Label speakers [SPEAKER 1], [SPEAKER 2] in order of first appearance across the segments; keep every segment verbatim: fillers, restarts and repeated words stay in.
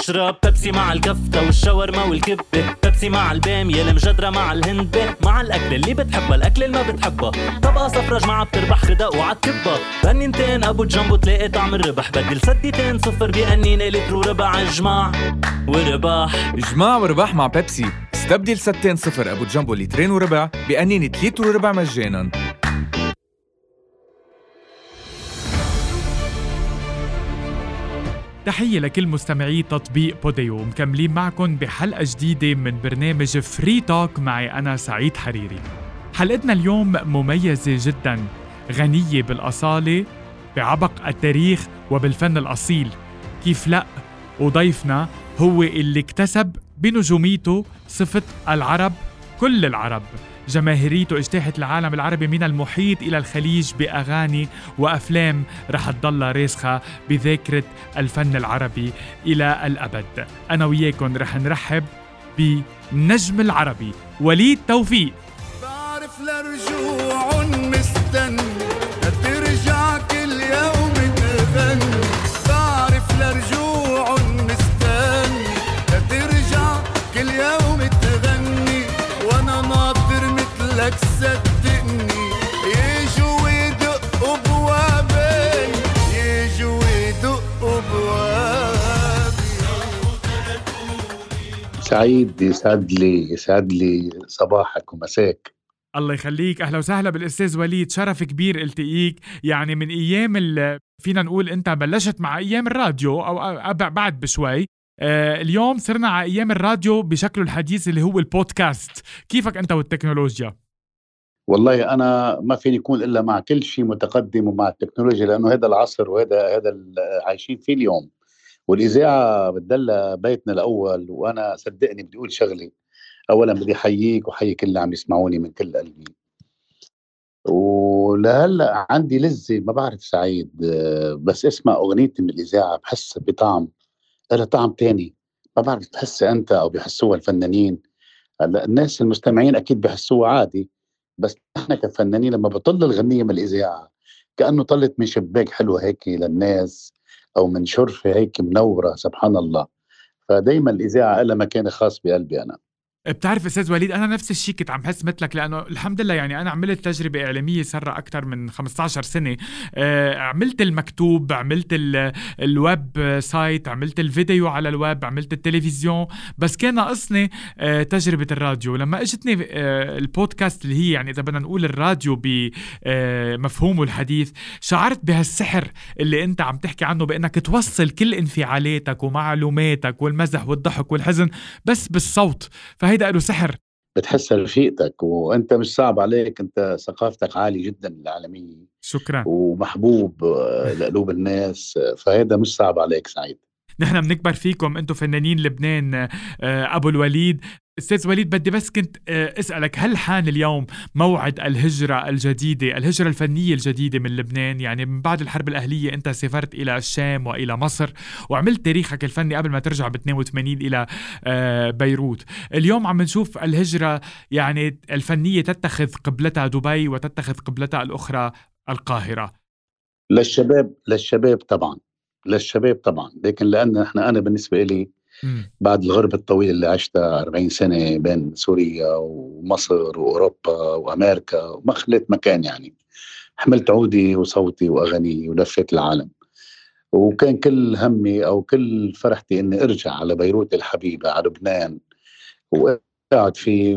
[SPEAKER 1] اشرب بيبسي مع الكفتة والشاورما والكبة، بيبسي مع البامية المجدرة مع الهندبة، مع الأكل اللي بتحبها الأكل اللي ما بتحبها، طبقة صفرة جماعة بتربح غداء وعالكبة، بنينتين أبو جنبو تلاقي طعم الربح، بدل سديتين صفر بأنينة لتر وربع، جماع ورباح.
[SPEAKER 2] جماع ورباح مع بيبسي، استبدل ستين صفر أبو جنبو لترين وربع بأنينة لتر وربع مجانا.
[SPEAKER 3] تحية لكل مستمعي تطبيق بوديو، مكملين معكم بحلقة جديدة من برنامج فري توك معي أنا سعيد حريري. حلقتنا اليوم مميزة جداً، غنية بالأصالة، بعبق التاريخ وبالفن الأصيل. كيف لأ؟ وضيفنا هو اللي اكتسب بنجوميته صفة العرب، كل العرب. جماهيريته اجتاحت العالم العربي من المحيط إلى الخليج بأغاني وأفلام رح تضل راسخة بذاكرة الفن العربي إلى الأبد. أنا وياكم رح نرحب بنجم العربي وليد توفيق.
[SPEAKER 4] بعرف لرجوع مستني ترجع كل يوم تغني، بعرف لرجوع مستني ترجع كل يوم تغني، وانا ناطر مثلك صدقني، يجوا يدقوا بوابي، يجوا يدقوا بوابي.
[SPEAKER 5] سعيد، يسعد لي يسعد لي صباحك ومساك.
[SPEAKER 3] الله يخليك، أهلا وسهلا بالأستاذ وليد، شرف كبير التقيك. يعني من أيام ال... فينا نقول أنت بلشت مع أيام الراديو أو بعد بشوي، آه اليوم صرنا على أيام الراديو بشكله الحديث اللي هو البودكاست. كيفك أنت والتكنولوجيا؟
[SPEAKER 5] والله أنا ما فيني يكون إلا مع كل شيء متقدم ومع التكنولوجيا، لأنه هذا العصر وهذا هذا عايشين فيه اليوم، والإذاعة بتدلى بيتنا الأول. وأنا صدقني بدي أقول شغلي، أولا بدي أحييك وحيي كل اللي عم يسمعوني من كل قلبي. ولهلا عندي لذة ما بعرف سعيد، بس اسمع أغنيتي من الإذاعة بحس بطعم، لها طعم تاني، ما بعرف تحس أنت أو بيحسوها الفنانين. هلا الناس المستمعين أكيد بيحسوها عادي، بس نحن كفنانين لما بطل الغنية من الإذاعة كأنه طلت من شباك حلوة هيك للناس، أو من شرفة هيك منورة، سبحان الله. فدايما الإذاعة لها مكان خاص بقلبي أنا.
[SPEAKER 3] بتعرف أستاذ وليد، أنا نفس الشيء كنت عم بحس مثلك، لأنه الحمد لله يعني أنا عملت تجربة إعلامية صار أكتر من خمسة عشر سنة. آه، عملت المكتوب، عملت الويب سايت، عملت الفيديو على الويب، عملت التلفزيون، بس كان ناقصني آه، تجربة الراديو. لما اجتني آه، البودكاست اللي هي يعني إذا بدنا نقول الراديو بمفهومه الحديث، شعرت بهالسحر اللي أنت عم تحكي عنه، بأنك توصل كل انفعالاتك ومعلوماتك والمزح والضحك والحزن بس بالصوت. فهيدا له سحر،
[SPEAKER 5] بتحس رفيقتك وانت مش صعب عليك، انت ثقافتك عالية جدا العالمية.
[SPEAKER 3] شكرا.
[SPEAKER 5] ومحبوب لقلوب الناس، فهذا مش صعب عليك سعيد.
[SPEAKER 3] نحن بنكبر فيكم انتو فنانين لبنان. ابو الوليد، استاذ وليد، بدي بس كنت اسألك، هل حان اليوم موعد الهجرة الجديدة، الهجرة الفنية الجديدة من لبنان؟ يعني من بعد الحرب الأهلية انت سافرت الى الشام والى مصر وعملت تاريخك الفني قبل ما ترجع ب اثنين وثمانين الى بيروت. اليوم عم نشوف الهجرة يعني الفنية تتخذ قبلتها دبي وتتخذ قبلتها الأخرى القاهرة.
[SPEAKER 5] للشباب للشباب طبعا للشباب طبعا لكن لأن احنا أنا بالنسبة لي بعد الغربة الطويلة اللي عشتها أربعين سنة بين سوريا ومصر وأوروبا وأمريكا وما خليت مكان، يعني حملت عودي وصوتي وأغاني ولفت العالم، وكان كل همي أو كل فرحتي إني أرجع على بيروت الحبيبة، على لبنان، وقاعد فيه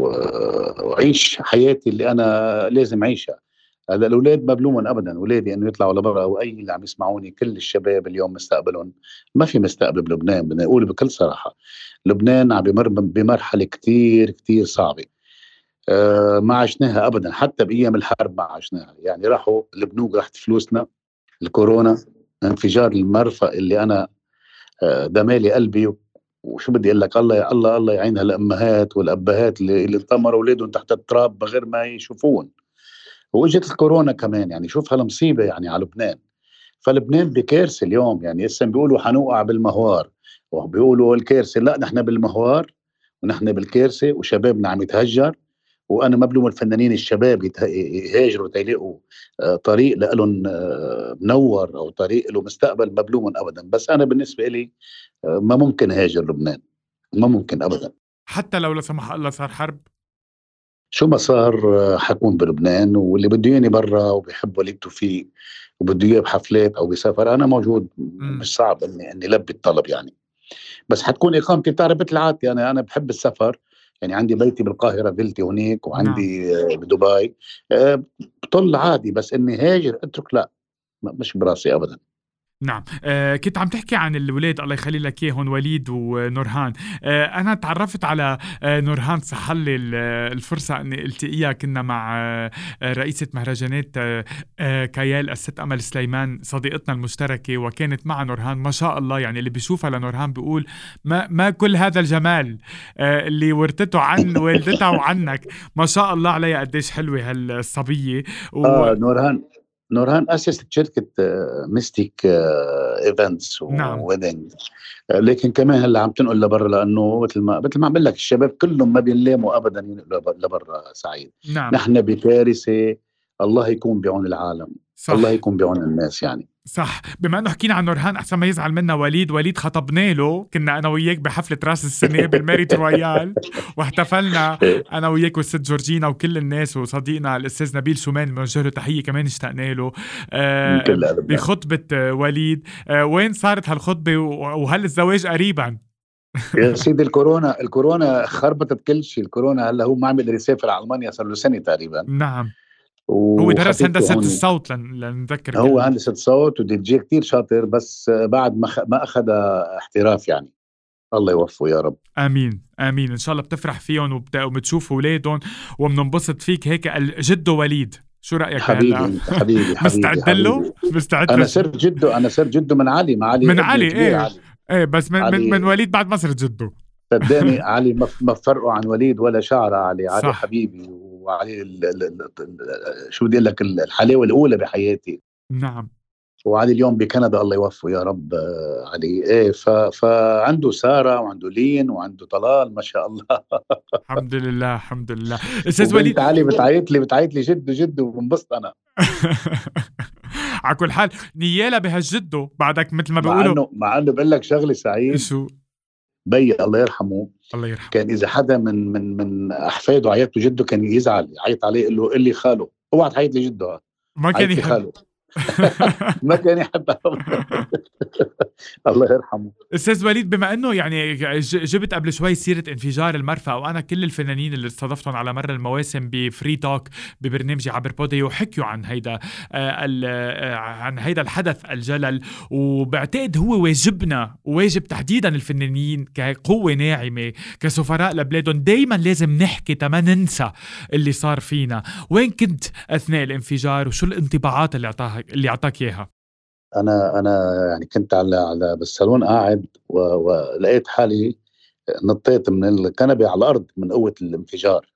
[SPEAKER 5] وعيش حياتي اللي أنا لازم أعيشها. هذا الأولاد ما بلومن أبدا أولادي إنه يطلعوا لبرا، أو أي اللي عم يسمعوني، كل الشباب اليوم مستقبلهم ما في مستقبل بلبنان. بدنا نقول بكل صراحة لبنان عم بمر بمرحلة كتير كتير صعبة، أه ما عشناها أبدا، حتى بأيام الحرب ما عشناها. يعني راحوا البنوك، راحت فلوسنا، الكورونا، انفجار المرفأ اللي أنا أه دمالي قلبي. وشو بدي أقول لك، الله الله الله يعينها الأمهات والأبهات اللي اللي طمروا أولادهم تحت التراب بغير ما يشوفون. وإجت الكورونا كمان، يعني شوف هالمصيبة يعني على لبنان. فلبنان بكارثة اليوم، يعني اسم بيقولوا حنوقع بالمهوار وبيقولوا الكارثة، لا نحن بالمهوار ونحن بالكارثة، وشبابنا عم يتهجر وانا ما بلوم الفنانين الشباب يته- يهاجروا تيلاقوا آه، طريق لهم آه، منور او طريق له مستقبل، ما بلومهم ابدا. بس انا بالنسبه لي آه، ما ممكن هاجر لبنان، ما ممكن ابدا.
[SPEAKER 3] حتى لو لا سمح الله صار حرب؟
[SPEAKER 5] شو ما صار آه، حكون بلبنان، واللي بده ياني برا وبيحب وليد توفيق وبده اياه بحفلات او بسفر، انا موجود.
[SPEAKER 3] مم.
[SPEAKER 5] مش صعب اني اني لبي الطلب يعني. بس حتكون اقامتي، بتعرف مثل عادتي انا انا بحب السفر. يعني عندي بيتي بالقاهره، فيلتي هناك،
[SPEAKER 3] نعم.
[SPEAKER 5] وعندي آه، بدبي. آه، بطل عادي، بس اني هاجر اترك لا، م- مش براسي ابدا.
[SPEAKER 3] نعم. آه كنت عم تحكي عن الولاد الله يخلي لك اياهم، وليد ونورهان. آه انا تعرفت على آه نورهان، صحلي ال- الفرصه اني التقيها. كنا مع آه آه، رئيسه مهرجانات آه آه كيال الست امل سليمان صديقتنا المشتركه، وكانت مع نورهان. ما شاء الله، يعني اللي بيشوفها لنورهان بيقول ما ما كل هذا الجمال آه اللي ورثته عن والدتها وعنك. ما شاء الله عليها، قديش حلوه هالصبيه.
[SPEAKER 5] اه نورهان، نورهان اسست شركه آه، ميستيك آه، ايفنتس
[SPEAKER 3] ونعم.
[SPEAKER 5] وويدنج. آه، لكن كمان هلا عم تنقل لبرا، لانه مثل ما مثل ما عم بقول لك الشباب كلهم ما بينلاموا ابدا ينقلوا لب- لبرا. سعيد،
[SPEAKER 3] نعم.
[SPEAKER 5] نحن بكارثه. الله يكون بعون العالم، الله
[SPEAKER 3] صح.
[SPEAKER 5] يكون بعون الناس يعني.
[SPEAKER 3] صح. بما انه حكينا عن نورهان، احسن ما يزعل منا وليد. وليد خطبنا له، كنا انا وياك بحفله راس السنه بالميريت رويال، واحتفلنا انا وياك والست جورجينا وكل الناس، وصديقنا الاستاذ نبيل شومان بنوجه له تحيه كمان، اشتقنا له
[SPEAKER 5] من
[SPEAKER 3] آه
[SPEAKER 5] كل قلبنا.
[SPEAKER 3] بخطبه آه، وليد. آه وين صارت هالخطبه، و- وهل الزواج قريبا؟
[SPEAKER 5] يا سيدي، الكورونا الكورونا خربطت كل شيء. الكورونا هلا هو ما عم يقدر يسافر على المانيا، صار له سنه تقريبا.
[SPEAKER 3] نعم. هو درس
[SPEAKER 5] وخطيبته
[SPEAKER 3] هندسه
[SPEAKER 5] هون،
[SPEAKER 3] الصوت، لن- لنذكر
[SPEAKER 5] هو
[SPEAKER 3] كل.
[SPEAKER 5] هندسة صوت ودي جي كتير شاطر، بس بعد ما خ... ما أخذ احتراف يعني. الله يوفقه يا رب.
[SPEAKER 3] امين امين. ان شاء الله بتفرح فيهم وبت... وبتشوف اولادهم وبننبسط فيك هيك. الجد وليد، شو رايك
[SPEAKER 5] حبيبي
[SPEAKER 3] بهلا؟
[SPEAKER 5] انت، حبيبي حبيبي
[SPEAKER 3] مستعد له؟
[SPEAKER 5] حبيبي.
[SPEAKER 3] مستعد
[SPEAKER 5] انا
[SPEAKER 3] لش...
[SPEAKER 5] صرت جده، انا صرت جده من علي. مع علي
[SPEAKER 3] من
[SPEAKER 5] ابني
[SPEAKER 3] علي،
[SPEAKER 5] الكبير
[SPEAKER 3] ايه
[SPEAKER 5] علي.
[SPEAKER 3] ايه، بس من من, من
[SPEAKER 5] علي
[SPEAKER 3] وليد بعد ما صرت جده.
[SPEAKER 5] صدقني، علي ما ف- ما فرقوا عن وليد ولا شعره. علي علي
[SPEAKER 3] صح.
[SPEAKER 5] حبيبي، وعلي ال... ال... ال... ال- شو بدي أقول لك، الحلاوه الاولى بحياتي.
[SPEAKER 3] نعم.
[SPEAKER 5] وعلي اليوم بكندا، الله يوفقه يا رب. آه، علي ايه ف... فعنده ساره وعنده لين وعنده طلال، ما شاء الله.
[SPEAKER 3] الحمد لله الحمد لله. استاذ
[SPEAKER 5] وبنت
[SPEAKER 3] وليد.
[SPEAKER 5] علي بتعيط لي بتعيط لي جده جده، وبنبسط انا.
[SPEAKER 3] على كل حال نيالة بهالجدو بعدك مثل ما
[SPEAKER 5] مع
[SPEAKER 3] بيقولوا.
[SPEAKER 5] انه مع انه بقول لك شغله سعيد،
[SPEAKER 3] شو؟
[SPEAKER 5] بي الله يرحمه،
[SPEAKER 3] الله يرحمه.
[SPEAKER 5] كان اذا حدا من من من احفاده عيط له جده كان يزعل، يعيط عليه يقول له قل لي خاله، اوعى تعيط لي جده،
[SPEAKER 3] ما كان
[SPEAKER 5] عيط لي
[SPEAKER 3] يحب.
[SPEAKER 5] خاله. ما كان يحبها. الله يرحمه.
[SPEAKER 3] استاذ وليد، بما انه يعني ج- جبت قبل شوي سيره انفجار المرفأ، وانا كل الفنانين اللي استضفتهم على مر المواسم بفري توك ببرنامجي عبر بوديو حكيوا عن هيدا آه ال- آه عن هيدا الحدث الجلل. وبعتقد هو واجبنا، وواجب تحديدا الفنانين كقوه ناعمه كسفراء لبلادهم، دايما لازم نحكي تما ننسى اللي صار فينا. وين كنت اثناء الانفجار، وشو الانطباعات اللي اعطاها اللي اعطاك اياها؟
[SPEAKER 5] انا انا يعني كنت على على بالصالون قاعد، و- ولقيت حالي نطيت من الكنبه على الارض من قوه الانفجار.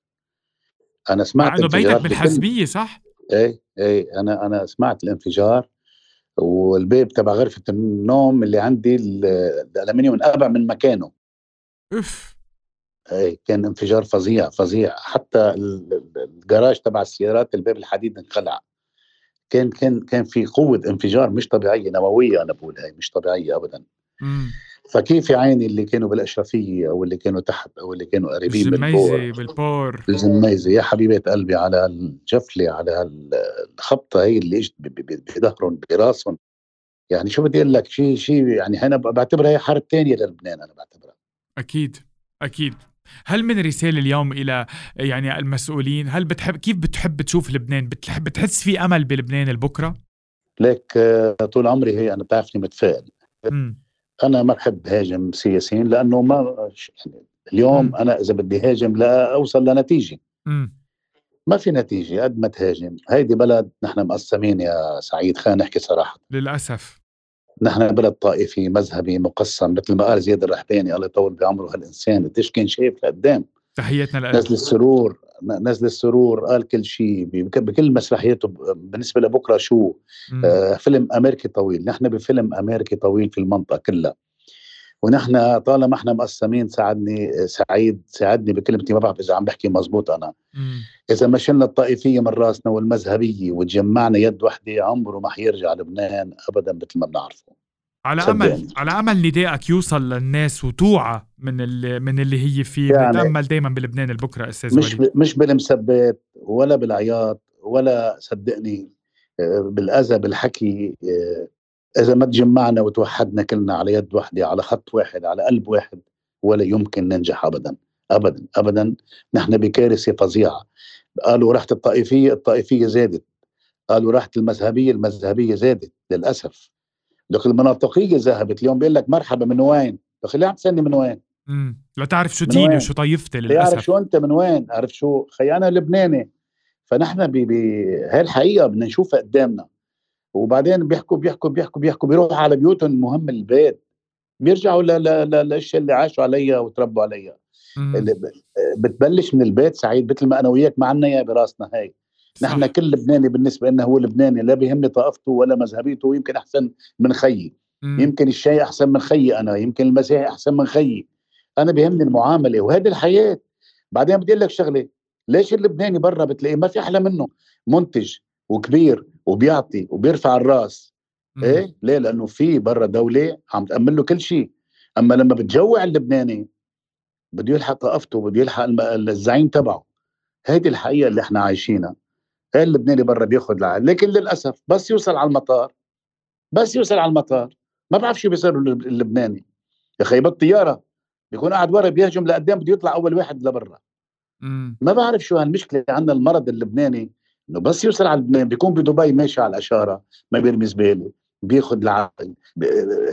[SPEAKER 5] انا
[SPEAKER 3] مع
[SPEAKER 5] سمعت
[SPEAKER 3] انه بيتك
[SPEAKER 5] انفجارات بكل.
[SPEAKER 3] بالحزبيه، صح؟
[SPEAKER 5] ايه ايه، انا انا سمعت الانفجار، والبيب تبع غرفة النوم اللي عندي ال- الألمنيوم انقبع من مكانه.
[SPEAKER 3] اف.
[SPEAKER 5] أي كان انفجار فظيع فظيع، حتى ال- ال- الجراج تبع السيارات الباب الحديد انخلع. كان كان كان في قوة انفجار مش طبيعية، نووية. أنا بقول هاي مش طبيعية أبدا.
[SPEAKER 3] امم
[SPEAKER 5] فكيف يا عيني اللي كانوا بالأشرفية أو اللي كانوا تحت أو اللي كانوا قريبين من البور،
[SPEAKER 3] الجميزه بالبور.
[SPEAKER 5] الجميزة يا حبيبة قلبي، على الجفلة، على الخبطة هي اللي اجت ب- ب- ب- بظهرهم براسهم. يعني شو بدي اقول لك، شيء شيء يعني انا بعتبرها هي حرب ثانيه للبنان، انا بعتبرها.
[SPEAKER 3] أكيد أكيد. هل من رسالة اليوم إلى يعني المسؤولين؟ هل بتحب كيف بتحب تشوف لبنان؟ بتحب تحس في أمل بلبنان البكرة؟
[SPEAKER 5] ليك آه، طول عمري هي انا بتعرفني متفائل.
[SPEAKER 3] امم
[SPEAKER 5] انا ما بحب هاجم سياسيين، لانه ما يعني اليوم
[SPEAKER 3] مم.
[SPEAKER 5] انا اذا بدي هاجم لا اوصل لنتيجه.
[SPEAKER 3] امم
[SPEAKER 5] ما في نتيجه قد ما تهاجم. هيدي بلد نحن مقسمين يا سعيد، خلينا نحكي صراحه.
[SPEAKER 3] للأسف.
[SPEAKER 5] نحن بلد طائفي مذهبي مقسم، مثل ما قال زياد الرحباني الله يطول بعمره، هالانسان قديش كان شايف لقدام.
[SPEAKER 3] تحياتنا لك.
[SPEAKER 5] نزل السرور نزل السرور قال كل شيء بك- بكل مسرحياته. ب- بالنسبة لبكرة شو
[SPEAKER 3] مم.
[SPEAKER 5] آه فيلم أمريكي طويل، نحن بفيلم أمريكي طويل في المنطقة كلها. ونحن طالما احنا مقسمين، ساعدني سعيد ساعدني بكلمتي، ما بعرف اذا عم بحكي مزبوط انا.
[SPEAKER 3] مم.
[SPEAKER 5] اذا ما شلنا الطائفيه من راسنا والمذهبيه وتجمعنا يد وحده، عمره ما حيرجع لبنان ابدا مثل ما بنعرفه.
[SPEAKER 3] على امل
[SPEAKER 5] صدقني
[SPEAKER 3] على امل ندائك يوصل للناس وتوعى من اللي من اللي هي فيه.
[SPEAKER 5] يعني
[SPEAKER 3] بنتامل دايما بلبنان البكره استاذ
[SPEAKER 5] مش
[SPEAKER 3] وليد.
[SPEAKER 5] ب... مش بالمثبت ولا بالعياط ولا صدقني آه، بالاذى بالحكي. آه، اذا ما تجمعنا وتوحدنا كلنا على يد واحده، على خط واحد، على قلب واحد، ولا يمكن ننجح ابدا ابدا ابدا. نحن بكارثه فظيعه. قالوا راحت الطائفيه، الطائفيه زادت. قالوا راحت المذهبيه، المذهبيه زادت للاسف. لكن المناطقيه ذهبت. اليوم بيقول لك مرحبا من وين؟ لكن ليه عم تسالني من وين؟
[SPEAKER 3] امم لا تعرف شو
[SPEAKER 5] من
[SPEAKER 3] ديني
[SPEAKER 5] وين؟
[SPEAKER 3] وشو طائفتي
[SPEAKER 5] تعرف
[SPEAKER 3] للاسف.
[SPEAKER 5] شو انت من وين؟ عارف شو خي؟ انا لبناني. فنحن ب ب هاي الحقيقه بدنا نشوفها قدامنا. وبعدين بيحكوا بيحكوا بيحكوا بيحكوا بيروحوا على بيوتهم، المهم البيت. بيرجعوا ل ل ل للاشياء اللي عاشوا عليها وتربوا عليها. اللي
[SPEAKER 3] امم
[SPEAKER 5] ب- بتبلش من البيت سعيد، مثل ما انا وياك ما عنا اياه براسنا هاي. نحن
[SPEAKER 3] صح.
[SPEAKER 5] كل لبناني بالنسبه لنا هو لبناني، لا بيهمني طائفته ولا مذهبيته. ويمكن احسن من خيي،
[SPEAKER 3] امم
[SPEAKER 5] يمكن الشيء احسن من خيي انا، يمكن المسيحي احسن من خيي. انا بيهمني المعامله وهذه الحياه. بعدين بدي اقول لك شغله. ليش اللبناني برا بتلاقيه ما في احلى منه؟ منتج وكبير وبيعطي وبيرفع الراس.
[SPEAKER 3] امم
[SPEAKER 5] ايه ليه؟ لانه في برا دوله عم تامن له كل شيء. اما لما بتجوع اللبناني بده يلحق طائفته، بده يلحق الم- الزعيم تبعه. هيدي الحقيقه اللي احنا عايشينها. هاي اللبناني برا بياخذ العقل، لكن للاسف بس يوصل على المطار، بس يوصل على المطار ما بعرف شو بيصير اللب- اللبناني. يا خي بالطياره بيكون قاعد ورا بيهجم لقدام، بده يطلع اول واحد لبرا.
[SPEAKER 3] امم
[SPEAKER 5] ما بعرف شو هالمشكله عندنا، المرض اللبناني انه بس يوصل على لبنان بيكون بدبي ماشي على الاشاره، ما بيرمي زباله، بياخذ العقل، ب-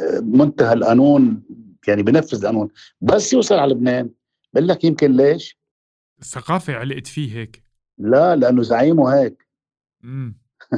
[SPEAKER 5] منتهى القانون، يعني بنفذ القانون. بس يوصل على لبنان بقول لك يمكن ليش؟
[SPEAKER 3] الثقافة علقت فيه هيك.
[SPEAKER 5] لا لانه زعيمه هيك.
[SPEAKER 3] امم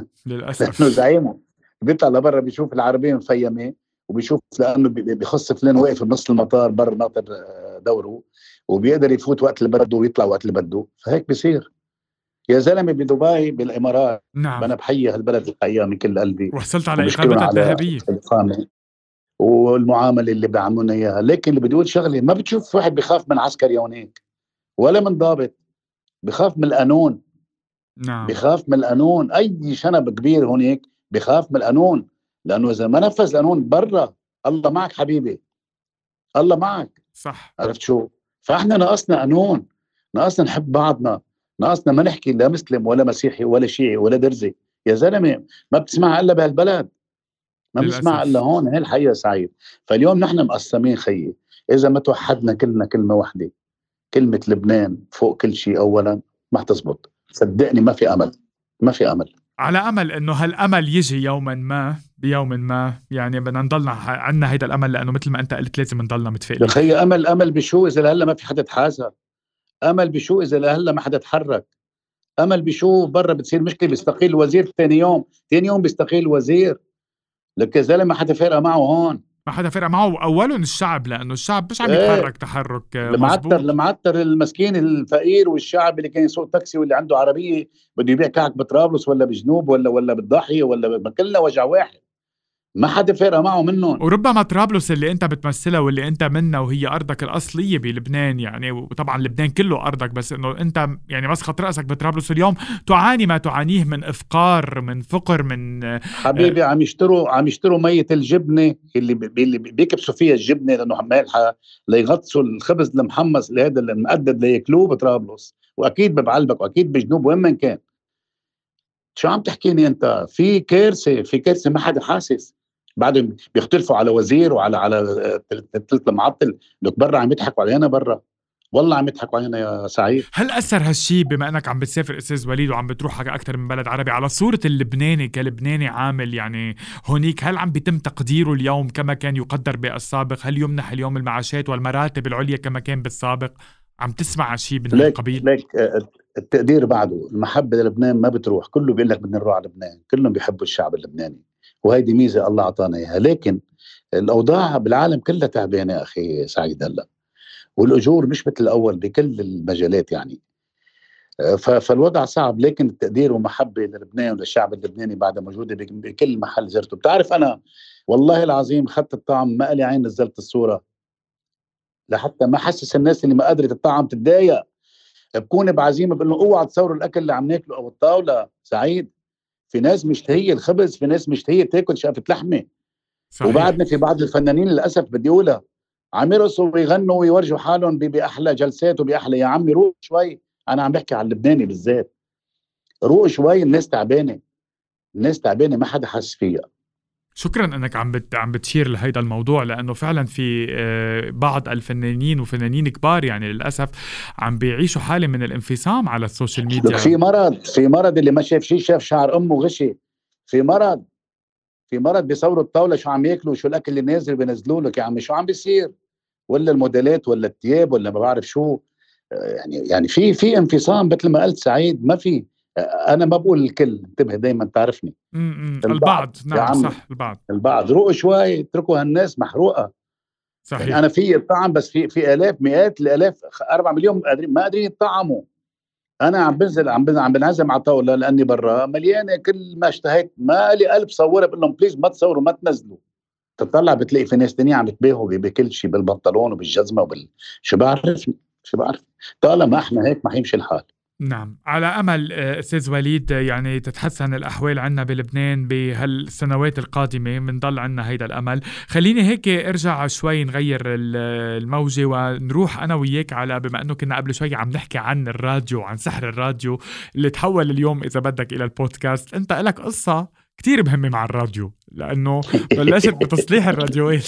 [SPEAKER 5] لانه
[SPEAKER 3] للاسف.
[SPEAKER 5] زعيمه بيطلع لبرا بيشوف العربيه مفيمه، وبيشوف لانه بي- بيخص فلان واقف بنص المطار برا ناطر آه، دوره، وبيقدر يفوت وقت اللي بده ويطلع وقت اللي بده. فهيك بيصير يا زلمه. بدبي بالامارات
[SPEAKER 3] نعم.
[SPEAKER 5] انا بحيي هالبلد الحقيقه من كل قلبي،
[SPEAKER 3] وحصلت على
[SPEAKER 5] وبشكرهم
[SPEAKER 3] إقامتها
[SPEAKER 5] على
[SPEAKER 3] الذهبية.
[SPEAKER 5] الاقامه والمعامله اللي بيعملونا اياها. لكن اللي بدي اقول شغله، ما بتشوف واحد بخاف من عسكري هونيك ولا من ضابط. بخاف من القانون.
[SPEAKER 3] نعم.
[SPEAKER 5] بخاف من القانون. اي شنب كبير هونيك بخاف من القانون. لانه اذا ما نفذ القانون برا، الله معك حبيبي، الله معك.
[SPEAKER 3] صح.
[SPEAKER 5] عرفت شو؟ فاحنا ناقصنا قانون، ناقصنا نحب بعضنا، ناقصنا ما نحكي لا مسلم ولا مسيحي ولا شيعي ولا درزي. يا زلمه ما بتسمع الا بهالبلد، ما بنسمع الا
[SPEAKER 3] للأسف.
[SPEAKER 5] هون. هي الحقيقه سعيد. فاليوم نحن مقسمين خيي. اذا ما توحدنا كلنا كلمه واحده، كلمه لبنان فوق كل شيء اولا، ما حتزبط. صدقني ما في امل، ما في امل.
[SPEAKER 3] على أمل إنه هالأمل يجي يوما ما بيوم ما. يعني بدنا نضلنا ح- عنا هيدا الأمل، لأنه مثل ما أنت قلت لازم نضلنا
[SPEAKER 5] يا
[SPEAKER 3] متفائلين.
[SPEAKER 5] خيي امل، امل بشو اذا لهلا ما في حدا تحاسب؟ امل بشو اذا لهلا ما حدا تحرك؟ امل بشو؟ برا بتصير مشكله بيستقيل الوزير ثاني يوم، ثاني يوم بيستقيل الوزير. لك يا زلمه ما حدا فارقه معه هون.
[SPEAKER 3] ما حدا فرق معه، أولهم الشعب، لأنه الشعب مش عم
[SPEAKER 5] ايه
[SPEAKER 3] يتحرك تحرك آه،
[SPEAKER 5] المعتر،
[SPEAKER 3] مزبوط.
[SPEAKER 5] المعتر المسكين الفقير والشعب اللي كان يسوق تاكسي واللي عنده عربيه بده يبيع كعك بطرابلس ولا بجنوب ولا ولا بالضاحيه ولا ب- كلنا وجع واحد. ما حدا فارقه معه منهم.
[SPEAKER 3] وربما طرابلس اللي انت بتمثلها واللي انت منها وهي ارضك الاصليه بلبنان، يعني وطبعا لبنان كله ارضك، بس انه انت يعني مسخط راسك بطرابلس اليوم تعاني ما تعانيه من افقار، من فقر، من آه،
[SPEAKER 5] حبيبي عم يشتروا عم يشتروا مية الجبنة اللي بي اللي بيكبسوا فيها الجبنة لأنه مالحة، ليغطسوا الخبز المحمص اللي هذا المقدد لياكلوه بطرابلس، وأكيد ببعلبك وأكيد بجنوب وين ما كان. شو عم تحكيني أنت؟ في كارثة، في كارثة ما حدا حاسس. بعدهم بيختلفوا على وزير وعلى على ثلث المعطل. لك برا عم يضحكوا علينا برا، والله عم يضحكوا علينا يا سعيد.
[SPEAKER 3] هل أثر هالشي بما أنك عم بتسافر أستاذ وليد وعم بتروح على أكثر من بلد عربي على صورة اللبناني كلبناني عامل يعني هونيك؟ هل عم بيتم تقديره اليوم كما كان يقدر بالسابق؟ هل يمنح اليوم المعاشات والمراتب العليا كما كان بالسابق؟ عم تسمع شي من
[SPEAKER 5] ليك
[SPEAKER 3] هالقبيل؟
[SPEAKER 5] ليك آه، التقدير بعده، المحبة للبنان ما بتروح. كله بيقول لك بدنا نروح على لبنان، كلهم بيحبوا الشعب اللبناني، وهيدي ميزة الله أعطانا إياها. لكن الأوضاع بالعالم كلها تعبانة يا أخي سعيد هلا، والأجور مش مثل الأول بكل المجالات يعني. آه، ف- فالوضع صعب. لكن التقدير والمحبة للبنان وللشعب اللبناني بعد موجودة بك- بكل محل زرته. بتعرف أنا والله العظيم خدت الطعم، ما لي عين نزلت الصورة لحتى ما حسس الناس اللي ما قادرة تطعم تتضايق. بكون بعزيمة بقول لهم اوعى تصوروا الاكل اللي عم ناكله او الطاولة. سعيد، في ناس مشتهية الخبز، في ناس مشتهية تاكل شقفة لحمة.
[SPEAKER 3] صحيح.
[SPEAKER 5] وبعدنا في بعض الفنانين للاسف بدي اقولها عم يرقصوا ويغنوا ويورجوا حالهم باحلى جلسات وباحلى. يا عمي روق شوي، انا عم بحكي على اللبناني بالذات، روق شوي. الناس تعبانه، الناس تعبانه ما حدا حس فيها.
[SPEAKER 3] شكرا انك عم بت عم بتشير لهيدا الموضوع، لانه فعلا في بعض الفنانين وفنانين كبار يعني للاسف عم بيعيشوا حاله من الانفصام على السوشيال ميديا.
[SPEAKER 5] في مرض، في مرض اللي ما شاف شيء شاف شعر امه غشي. في مرض، في مرض بيصوروا الطاوله شو عم ياكلوا وشو الاكل اللي نازل بينزلوا لك. يا عمي شو عم بيصير؟ ولا الموديلات ولا الثياب ولا ما بعرف شو. يعني يعني في في انفصام مثل ما قلت سعيد. ما في، انا ما بقول الكل، انتبه دايما تعرفني.
[SPEAKER 3] م-م. البعض، نعم صح، البعض
[SPEAKER 5] البعض روقوا شوي، اتركوا هالناس محروقه.
[SPEAKER 3] صحيح.
[SPEAKER 5] يعني انا في الطعم، بس في في الاف مئات الالاف أربعة مليون قادرين ما قادرين يطعموا. انا عم بنزل عم بنزل عم بنعزم على طاوله لاني برا مليانه كل ما اشتهيت، ما لي قلب صورها بقول لهم بليز ما تصوروا ما تنزلوا. تطلع بتلاقي في ناس تانية عم يتباهوا بكل شيء، بالبنطلون وبالجزمه وبال شو بعرف شو بعرف. طالما احنا هيك ما حيمشي الحال.
[SPEAKER 3] نعم، على أمل أستاذ وليد يعني تتحسن الأحوال عنا بلبنان بهالسنوات القادمة، منضل عنا هيدا الأمل. خليني هيك ارجع شوي نغير الموجة ونروح أنا وياك على، بما أنه كنا قبل شوي عم نحكي عن الراديو، عن سحر الراديو اللي تحول اليوم إذا بدك إلى البودكاست. أنت لك قصة كتير مهمة مع الراديو، لأنه بلشت بتصليح الراديوات.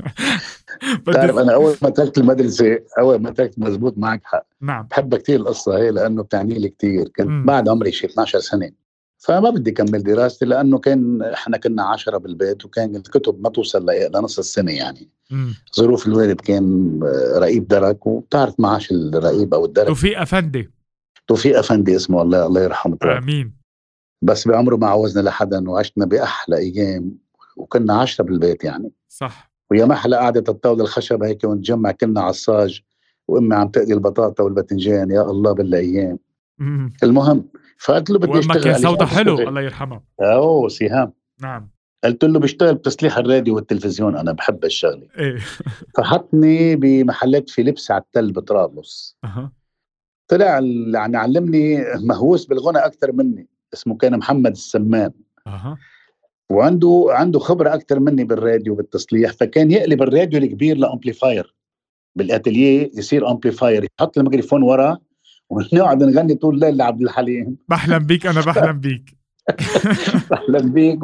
[SPEAKER 5] بتعرف أنا أول ما تركت المدرسة، أول ما تركت مزبوط معك حق.
[SPEAKER 3] نعم.
[SPEAKER 5] بحب كتير القصة هي لأنه بتعني لي كتير. كنت م. بعد عمري شيء اثني عشر سنة، فما بدي كمل دراستي لأنه كان إحنا كنا عشرة بالبيت وكان الكتب ما توصل لنص السنة. يعني م. ظروف الوالد كان رقيب درك، وبتعرف معاش الرقيب أو الدرك
[SPEAKER 3] توفيق أفندي.
[SPEAKER 5] توفيق أفندي اسمه، الله الله يرحمه.
[SPEAKER 3] آمين.
[SPEAKER 5] بس بعمره ما عوزنا لحدا وعشنا بأحلى أيام، وكنا عشرة بالبيت يعني.
[SPEAKER 3] صح.
[SPEAKER 5] ويا محلى قعدة الطاولة الخشب هيك ونتجمع كلنا عصاج، وأمي عم تقلي البطاطا والبتنجان. يا الله بالأيام.
[SPEAKER 3] مم.
[SPEAKER 5] المهم فقلت له بدي اشتغل.
[SPEAKER 3] كان صوته حلو الله يرحمه.
[SPEAKER 5] أوه سيهام.
[SPEAKER 3] نعم.
[SPEAKER 5] قلت له بشتغل بتصليح الراديو والتلفزيون، أنا بحب الشغلة.
[SPEAKER 3] إيه.
[SPEAKER 5] فحطني بمحلات فيليبس على التل بطرابلس.
[SPEAKER 3] أه.
[SPEAKER 5] طلع اللي عم يعلمني مهووس بالغنى أكتر مني، اسمه كان محمد السمان.
[SPEAKER 3] أه.
[SPEAKER 5] وعنده عنده خبرة أكتر مني بالراديو بالتصليح، فكان يقلب الراديو الكبير لأمبليفاير بالأتليه، يصير أمبليفاير، يحط الميكروفون ورا ونقعد نغني طول الليل لعبد الحليم.
[SPEAKER 3] بحلم بيك أنا بحلم بيك.
[SPEAKER 5] بحلم بيك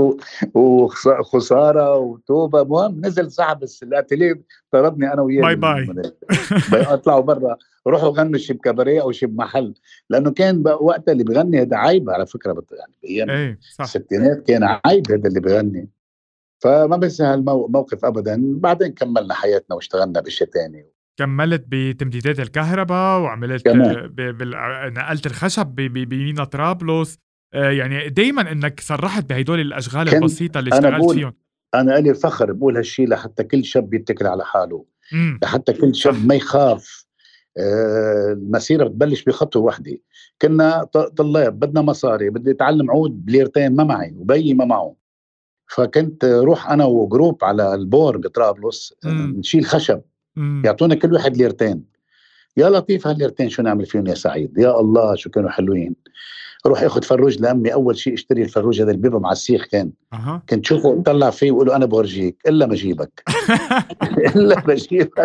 [SPEAKER 5] وخسارة وتوبة. مهم نزل صاحب الأتليه طردني أنا وياه.
[SPEAKER 3] باي باي.
[SPEAKER 5] اطلعوا برا، روحوا غنوا شي بكاباريه أو شي بمحل، لأنه كان وقتها اللي بغني هذا عيب على فكرة. يعني بأيام
[SPEAKER 3] ايه
[SPEAKER 5] الستينات كان عيب هذا اللي بغني. فما بنسى هالموقف أبدا. بعدين كملنا حياتنا واشتغلنا بأشياء تاني.
[SPEAKER 3] كملت بتمديدات الكهرباء وعملت بال... نقلت الخشب بمينا طرابلس. آه يعني دايما انك صرحت بهدول الاشغال البسيطه اللي اشتغلت فيهم.
[SPEAKER 5] انا لي فخر بقول هالشي لحتى كل شاب يتكل على حاله. مم. لحتى كل شاب ما يخاف. آه المسيره بتبلش بخطوه واحده. كنا طلاب بدنا مصاري، بدي اتعلم عود بليرتين ما معي وبيي ما معه، فكنت روح انا وجروب على البور بطرابلس نشيل خشب. مم. يعطونا كل واحد ليرتين. يا لطيف هالليرتين شو نعمل فيهم يا سعيد؟ يا الله شو كانوا حلوين. روح اخذ فروج لامي. اول شيء اشتري الفروج هذا اللي بيبقى مع السيخ كان. أه. كنت تشوفه طلع فيه وقول له انا بورجيك الا ما اجيبك. الا بجيبك.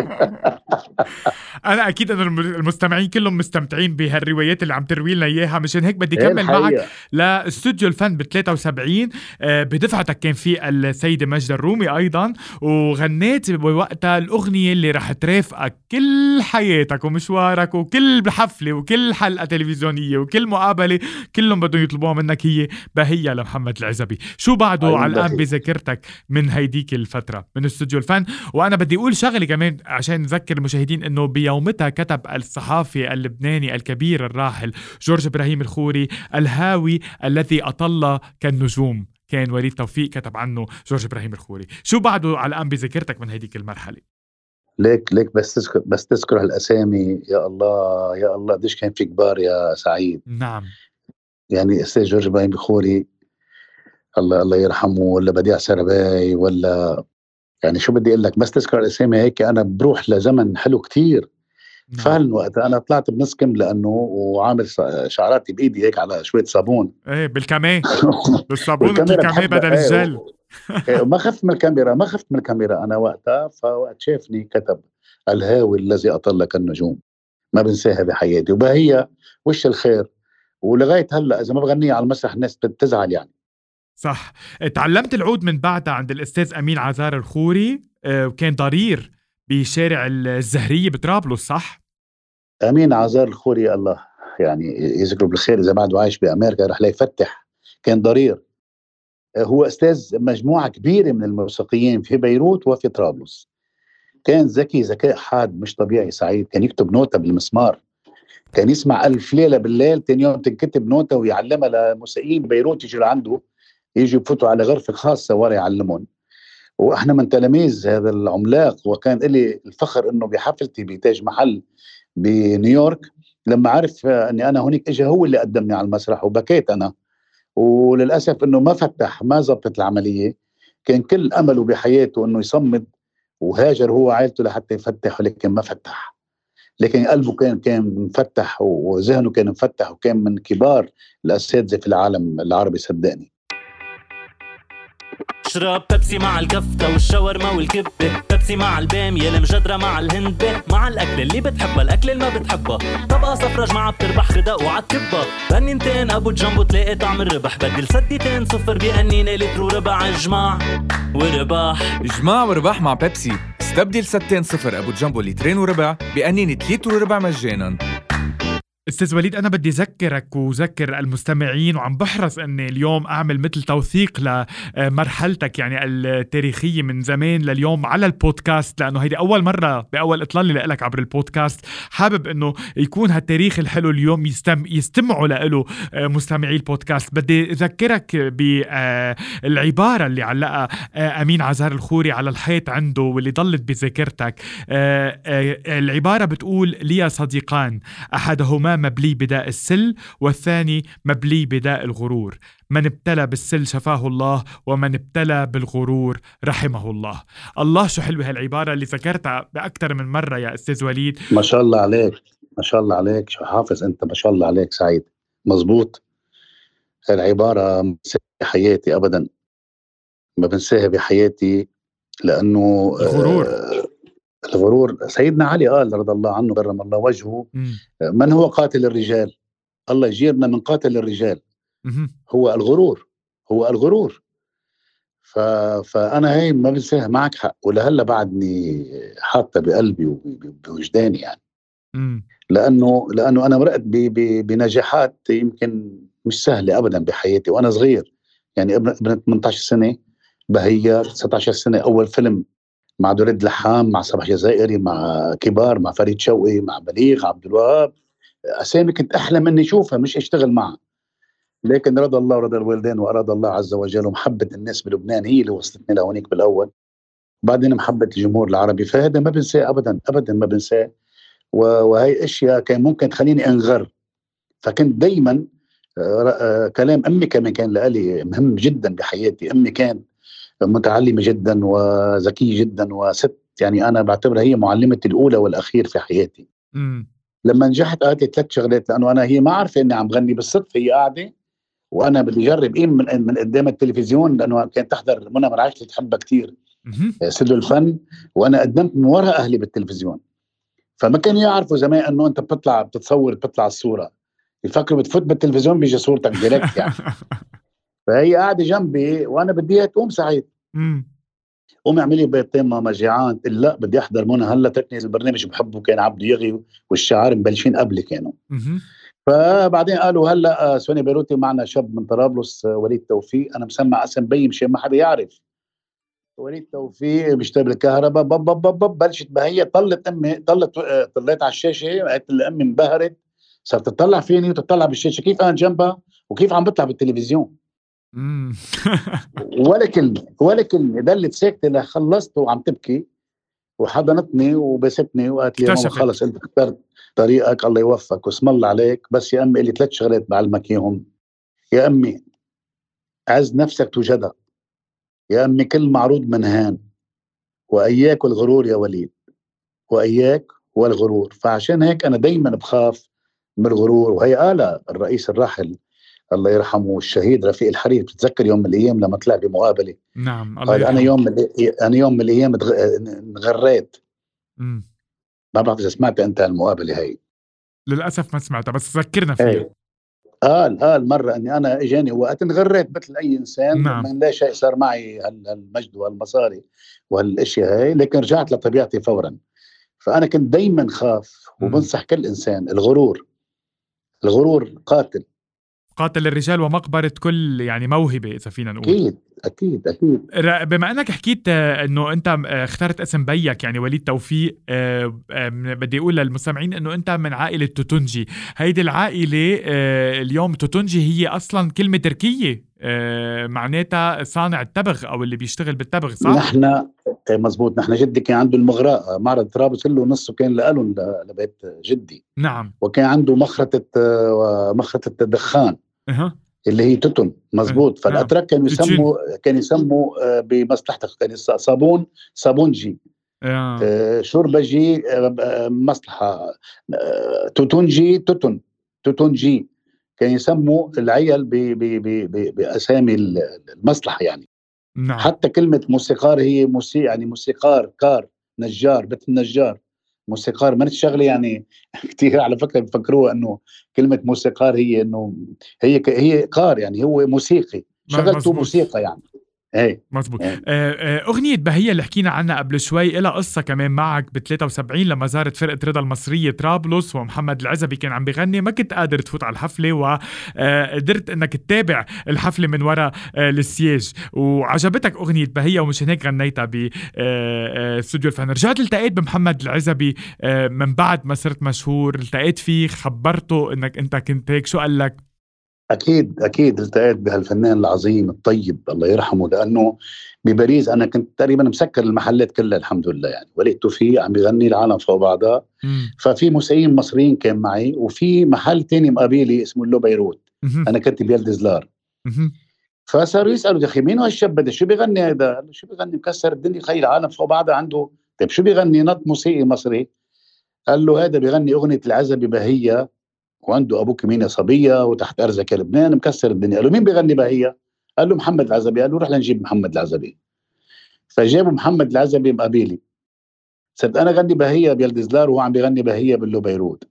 [SPEAKER 3] انا اكيد ان المستمعين كلهم مستمتعين بهالروايات اللي عم تروي لنا اياها، مشان هيك بدي كمل معك لاستوديو الفن ب ثلاثة وسبعين. بدفعتك كان في السيده ماجدة الرومي ايضا، وغنيت بوقتها الاغنيه اللي رح ترافقك كل حياتك ومشوارك وكل حفله وكل حلقه تلفزيونيه وكل مقابله، كلهم بدهم يطلبوها منك، هي بهية لمحمد العزبي. شو بعده أيوة على الآن بذاكرتك من هيديك الفترة من استوديو الفن؟ وأنا بدي أقول شغلة كمان عشان نذكر المشاهدين إنه بيومتها كتب الصحافي اللبناني الكبير الراحل جورج إبراهيم الخوري الهاوي الذي أطل كالنجوم. كان وليد توفيق كتب عنه جورج إبراهيم الخوري. شو بعده على الآن بذاكرتك من هيديك المرحلة؟
[SPEAKER 5] ليك ليك بس تذكر بس تذكر هالأسامي. يا الله يا الله قديش كان في كبار يا سعيد.
[SPEAKER 3] نعم.
[SPEAKER 5] يعني أستاذ جورج إبراهيم الخوري الله الله يرحمه، ولا بديع سرباي، ولا يعني شو بدي اقول لك، بس تذكر الاسامي هيك انا بروح لزمن حلو كتير.
[SPEAKER 3] نعم.
[SPEAKER 5] فعلا وقت انا طلعت بنسكم لانه وعامل ص- شعراتي بايدي هيك على شويه صابون
[SPEAKER 3] ايه بالكاميه، بالصابون
[SPEAKER 5] والكاميرا
[SPEAKER 3] بالكاميه
[SPEAKER 5] بحبها
[SPEAKER 3] بدل
[SPEAKER 5] ايه
[SPEAKER 3] الجل.
[SPEAKER 5] و- إيه، وما خفت من الكاميرا ما خفت من الكاميرا انا وقتها. فوقت شافني كتب الهاوي الذي اطل كالنجوم، ما بنساها بحياتي، وبهي وش الخير. ولغايه هلا اذا ما بغنيها على المسرح الناس بتزعل يعني.
[SPEAKER 3] صح. تعلمت العود من بعدها عند الأستاذ أمين عزار الخوري، آه، وكان ضرير بشارع الزهرية بطرابلس، صح؟
[SPEAKER 5] امين عزار الخوري الله يعني يذكره بالخير، اذا بعده عايش بامريكا رح لا يفتح. كان ضرير، هو استاذ مجموعه كبيره من الموسيقيين في بيروت وفي طرابلس. كان ذكي ذكاء حاد مش طبيعي سعيد. كان يكتب نوتة بالمسمار، كان يسمع ألف ليلة بالليل، تاني يوم تنكتب نوتة ويعلمها لموسيقيين بيروت يجوا لعنده، يجوا يفوتوا على غرفة خاصة ورا يعلمون. واحنا من تلاميذ هذا العملاق، وكان لي الفخر انه بحفلتي بتاج محل بنيويورك لما عرف اني انا هونيك اجى هو اللي قدمني على المسرح، وبكيت انا. وللاسف انه ما فتح، ما زبطت العمليه. كان كل امله بحياته انه يصمد، وهاجر هو عائلته لحتى يفتح، ولكن ما فتح. لكن قلبه كان كان مفتح، وذهنه كان مفتح، وكان من كبار الاساتذه في العالم العربي صدقني.
[SPEAKER 1] اشرب بيبسي مع الكفتة والشاورما والكبة، بيبسي مع البامية المجدرة مع الهندبة، مع الأكل اللي بتحبها الأكل اللي ما بتحبها، طبقة صفرة جماعة بتربح خدق وعالكبة، بنينتين أبو جنبو تلاقي طعم الربح، بدل سديتين صفر بأنينة لتر وربع، جماع ورباح.
[SPEAKER 2] جماع ورباح مع بيبسي، استبدل ستين صفر أبو جنبو لترين وربع بقنينة لتر وربع مجانا.
[SPEAKER 3] استاذ وليد، انا بدي اذكرك وذكر المستمعين، وعم بحرص اني اليوم اعمل مثل توثيق لمرحلتك يعني التاريخيه من زمان لليوم على البودكاست، لانه هيدي اول مره باول اطلالي لك عبر البودكاست. حابب انه يكون هالتاريخ الحلو اليوم يستم يستمعوا له مستمعي البودكاست. بدي اذكرك بالعباره اللي علقها امين عزار الخوري على الحيط عنده واللي ضلت بذاكرتك. العباره بتقول: لي صديقان، احدهما مبلي بداء السل والثاني مبلي بداء الغرور، من ابتلى بالسل شفاه الله، ومن ابتلى بالغرور رحمه الله. الله، شو حلوة هالعبارة اللي ذكرتها بأكثر من مرة يا أستاذ وليد.
[SPEAKER 5] ما شاء الله عليك، ما شاء الله عليك، شو حافظ أنت، ما شاء الله عليك سعيد. مزبوط، العبارة ما بنساها بحياتي أبدا، ما بنساها بحياتي. لأنه
[SPEAKER 3] الغرور
[SPEAKER 5] آه الغرور سيدنا علي قال رضي الله عنه كرم الله وجهه:
[SPEAKER 3] م.
[SPEAKER 5] من هو قاتل الرجال؟ الله يجيرنا من قاتل الرجال.
[SPEAKER 3] م-
[SPEAKER 5] هو الغرور، هو الغرور. ف... فأنا هاي ما بنساها، معك حق، ولهلا بعدني حاطة بقلبي وبوجداني يعني.
[SPEAKER 3] م.
[SPEAKER 5] لأنه لأنه أنا مرقت ب... ب... بنجاحات يمكن مش سهلة أبدا بحياتي وأنا صغير. يعني ابن ابن ثمانية عشر سنة، بهية تسعة عشر سنة أول فيلم مع دريد لحام، مع صباح جزائري، مع كبار، مع فريد شوقي، مع بليغ عبد الوهاب. أسامي كنت أحلم إني أشوفها مش أشتغل معها. لكن رضا الله ورضا الوالدين وأراد الله عز وجل ومحبة الناس بلبنان هي اللي وصلتني لهونيك بالأول، بعدين محبة الجمهور العربي. فهذا ما بنساه أبدا أبدا، ما بنساه. وهي أشياء كان ممكن تخليني أنغر. فكنت دايما كلام أمي كمان كان لألي مهم جدا بحياتي. أمي كان متعلمة جدا وذكية جدا وست، يعني أنا بعتبرها هي معلمتي الأولى والأخير في حياتي.
[SPEAKER 3] م.
[SPEAKER 5] لما نجحت قالت لي ثلاث شغلات، لأنه أنا هي ما عارفة إني عم غني بالصدفة. هي قاعدة وانا بدي اجرب ايه من, من قدام التلفزيون، لانه كانت تحضر منى مرعش اللي تحبها كثير، استوديو الفن، وانا قدمت من وراء اهلي بالتلفزيون. فما كانوا يعرفوا زمان انه انت بتطلع بتتصور بتطلع الصوره، يفكروا بتفوت بالتلفزيون بيجي صورتك ديركت يعني. فهي قاعده جنبي وانا بدي اياها تقوم سعيد، قومي اعملي بيضتين ماما جيعان. لا بدي احضر منى هلا تركني البرنامج بحبه، كان عبده يغي والشعار مبلشين قبل كانوا. فبعدين قالوا هلا سوني بيروتي معنا شاب من طرابلس وليد توفيق، انا مسمع اسم بي مشان ما حدا يعرف. وليد توفيق بيشتغل بالكهرباء. بب بب بب بلشت بهي، طلت امي، طلت طلعت على الشاشه، قالت لي امي انبهرت، صارت تطلع فيني وتطلع بالشاشه كيف انا جنبها وكيف عم بطلع بالتلفزيون. ولا كلمه ولا كلمه، ضلت ساكته لخلصت وعم تبكي، وحضنتني وبستني وقالت لي يا ماما خلص انت اخترت طريقك، الله يوفقك واسم الله عليك. بس يا امي لي ثلاث شغلات بعلمك اياهم. يا امي عز نفسك توجدها، يا امي كل معروض منهان، وإياك والغرور يا وليد، وإياك والغرور. فعشان هيك أنا دايما بخاف من الغرور. وهي قال الرئيس الراحل الله يرحمه الشهيد رفيق الحريري، بتتذكر يوم من الأيام لما طلع بمقابلة
[SPEAKER 3] نعم الله
[SPEAKER 5] قال
[SPEAKER 3] يرحمه.
[SPEAKER 5] أنا يوم من أنا يوم من الأيام انغريت.
[SPEAKER 3] مم.
[SPEAKER 5] ما بعرف إذا سمعت أنت المقابلة هاي.
[SPEAKER 3] للأسف ما سمعتها بس ذكرنا فيها.
[SPEAKER 5] هي. قال قال مرة أني أنا إجاني وقت انغريت مثل أي إنسان.
[SPEAKER 3] نعم.
[SPEAKER 5] من لا شيء صار معي هالمجد وهالمصاري وهالأشياء هاي، لكن رجعت لطبيعتي فورا. فأنا كنت دايما خاف وبنصح كل إنسان، الغرور الغرور قاتل
[SPEAKER 3] قاتل الرجال ومقبرة كل يعني موهبة إذا فينا نقول.
[SPEAKER 5] أكيد أكيد أكيد.
[SPEAKER 3] بما أنك حكيت أنه أنت اخترت اسم بيك يعني وليد توفيق، بدي أقول للمستمعين أنه أنت من عائلة توتونجي. هيدي العائلة اليوم توتونجي هي أصلا كلمة تركية معناتها صانع التبغ أو اللي بيشتغل بالتبغ، صح؟
[SPEAKER 5] نحن مزبوط، نحن جدي كان عنده المغراء معرض طرابلس كله نصه كان لألون لبيت جدي.
[SPEAKER 3] نعم.
[SPEAKER 5] وكان عنده مخرطة مخرطة الدخان
[SPEAKER 3] أه.
[SPEAKER 5] اللي هي توتون مزبوط. فالأتراك كانوا يسموا كانوا يسموا بمصلحتك صابون صابونجي، آه. شوربجي مصلحة، توتونجي توتون توتونجي كان يسموا العيال بأسامي المصلحة يعني.
[SPEAKER 3] نعم.
[SPEAKER 5] حتى كلمة موسيقار هي موسيقى يعني موسيقار كار نجار بيت النجار موسيقار ما نتشغلي يعني كتير على فكرة بفكروها انه كلمة موسيقار هي انه هي هي قار يعني هو موسيقي شغلته موسيقى يعني. ايه
[SPEAKER 3] مزبوط. آه آه أغنية بهية اللي حكينا عنها قبل شوي إلها قصة كمان معك ب ثلاثة وسبعين لما زارت فرقة رضا المصرية طرابلس ومحمد العزبي كان عم بيغني. ما كنت قادر تفوت على الحفلة وقدرت انك تتابع الحفلة من وراء آه السياج وعجبتك أغنية بهية ومشان هيك غنيتها باستوديو الفن. رجعت التقيت بمحمد العزبي آه من بعد ما صرت مشهور، التقيت فيه خبرته انك انت كنت هيك، شو قال لك؟
[SPEAKER 5] أكيد أكيد التقيت بهالفنان العظيم الطيب الله يرحمه، لأنه بباريس أنا كنت تقريبا مسكر المحلات كلها الحمد لله يعني. وليد توفيق عم بيغني العالم فوق بعضها.
[SPEAKER 3] مم.
[SPEAKER 5] ففي موسيقيين مصريين كان معي، وفي محل تاني مقابلي اسمه اللو بيروت. مم. أنا كنت بيلدزلار. فصاروا يسألوا يا أخي مين هو الشاب ده شو بيغني هذا؟ قال له شو بيغني مكسر الدنيا خي العالم فوق بعضها عنده. طيب شو بيغني؟ نط موسيقي مصري. قال له هذا بيغني أغنية العزبي بهية وعنده أبوك مين صبية وتحت أرزك لبنان مكسر الدنيا. قالوا مين بيغني بهية؟ قال له محمد العزبي. قال له رح لنجيب محمد العزبي. فجابوا محمد العزبي مقابلي. صرت أنا غني بهية بيلدزلار وهو عم بيغني بهية باللو بيروت.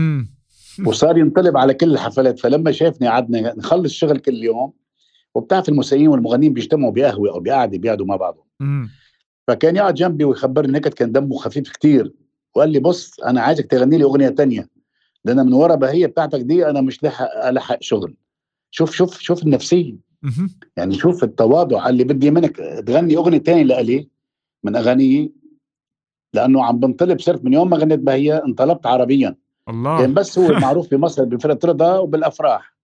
[SPEAKER 5] وصار ينطلب على كل الحفلات. فلما شافني قعدنا نخلص شغل كل يوم، وبتعرف الموسيقيين والمغنيين بيجتمعوا بقهوة أو بقعدة بيقعدوا مع بعضهم. فكان يقعد جنبي ويخبرني هيك كان دمه خفيف كتير، وقال لي بص أنا عايزك تغني لي أغنية تانية، ده أنا من ورا بهية بتاعتك دي أنا مش لحق ألحق شغل. شوف شوف شوف النفسية يعني، شوف التواضع. قال لي بدي منك تغني أغنية تانية لألي من أغانيي، لأنه عم بنطلب. صرت من يوم ما غنيت بهية انطلبت عربيا. الله. كان بس هو معروف بمصر بفرقة رضا وبالأفراح.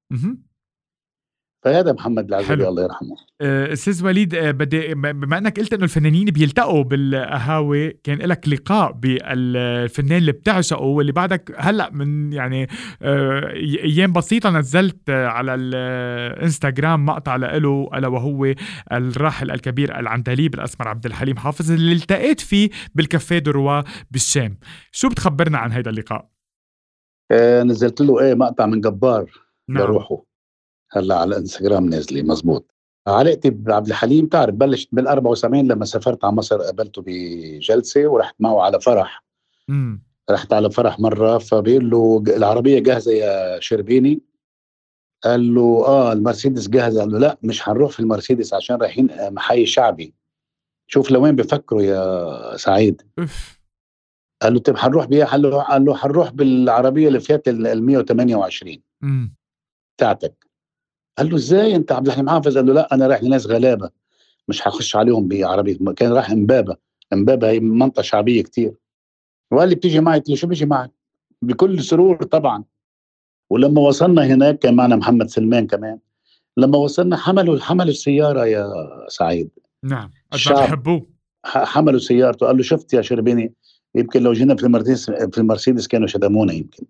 [SPEAKER 5] فهذا محمد العزبي الله يرحمه.
[SPEAKER 3] أستاذ وليد، بدي بما أنك قلت إنه الفنانين بيلتقوا بالقهاوي، كان لك لقاء بالفنان اللي بتعشقه واللي بعدك هلأ من يعني أيام بسيطة نزلت على الانستغرام مقطع له، ألا وهو الراحل الكبير العندليب الأسمر عبد الحليم حافظ اللي التقيت فيه بالكافيه دروا بالشام. شو بتخبرنا عن هذا اللقاء؟
[SPEAKER 5] آه نزلت له ايه مقطع من جبار. نعم. لروحه هلا على الانستغرام نازلي مزبوط. علاقتي بعبد الحليم تعرف بلشت بالأربعة وسبعين لما سافرت على مصر، قابلته بجلسة ورحت معه على فرح.
[SPEAKER 3] مم.
[SPEAKER 5] رحت على فرح مرة، فبيقول له العربية جاهزة يا شربيني؟ قال له آه المرسيدس جاهزة. قال له لا مش هنروح في المرسيدس عشان رايحين محي شعبي. شوف لوين بفكروا يا سعيد.
[SPEAKER 3] أف.
[SPEAKER 5] قال له طيب هنروح بيها؟ قال له قال له هنروح بالعربية اللي فيها ال مية وثمانية وعشرين بتاعتك. قال له ازاي انت عبد الحليم حافظ؟ قال له لا انا رايح لناس غلابه مش هخش عليهم بعربيه. كان رايح امبابه. امبابه هي منطقه شعبيه كتير. وقال لي بتيجي معي؟ قلت له شو بيجي معك؟ بكل سرور طبعا. ولما وصلنا هناك كان معنا محمد سلمان كمان. لما وصلنا حملوا حملوا السياره يا سعيد.
[SPEAKER 3] نعم بحبوه.
[SPEAKER 5] حملوا سيارته. قال له شفت يا شربيني يمكن لو جينا في المرسيدس في المرسيدس كانوا شتمونا يمكن.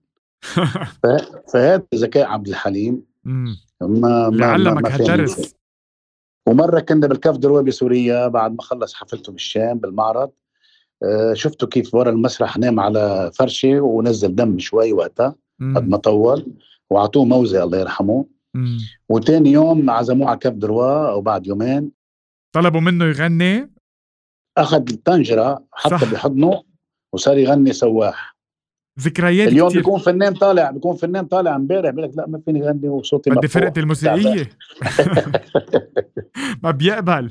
[SPEAKER 5] فهذا ذكاء عبد الحليم.
[SPEAKER 3] ما لعلمك هالدرس.
[SPEAKER 5] ومرة كنا بالكاف دروا بسوريا بعد ما خلص حفلته بالشام بالمعرض، آه شفته كيف ورا المسرح نام على فرشة ونزل دم شوي وقتها قد ما طول، وعطوه موزة الله يرحمه. مم. وتاني يوم عزموه على كاف دروا أو بعد يومين
[SPEAKER 3] طلبوا منه يغني،
[SPEAKER 5] أخذ الطنجرة حتى بحضنه وصار يغني سواح.
[SPEAKER 3] ذكريات
[SPEAKER 5] اليوم
[SPEAKER 3] كتير.
[SPEAKER 5] بيكون فنان طالع بيكون فنان طالع امبارح بيقول لك لا ما فيني غني وصوتي
[SPEAKER 3] بدي فرقة الموسيقية ما بيقبل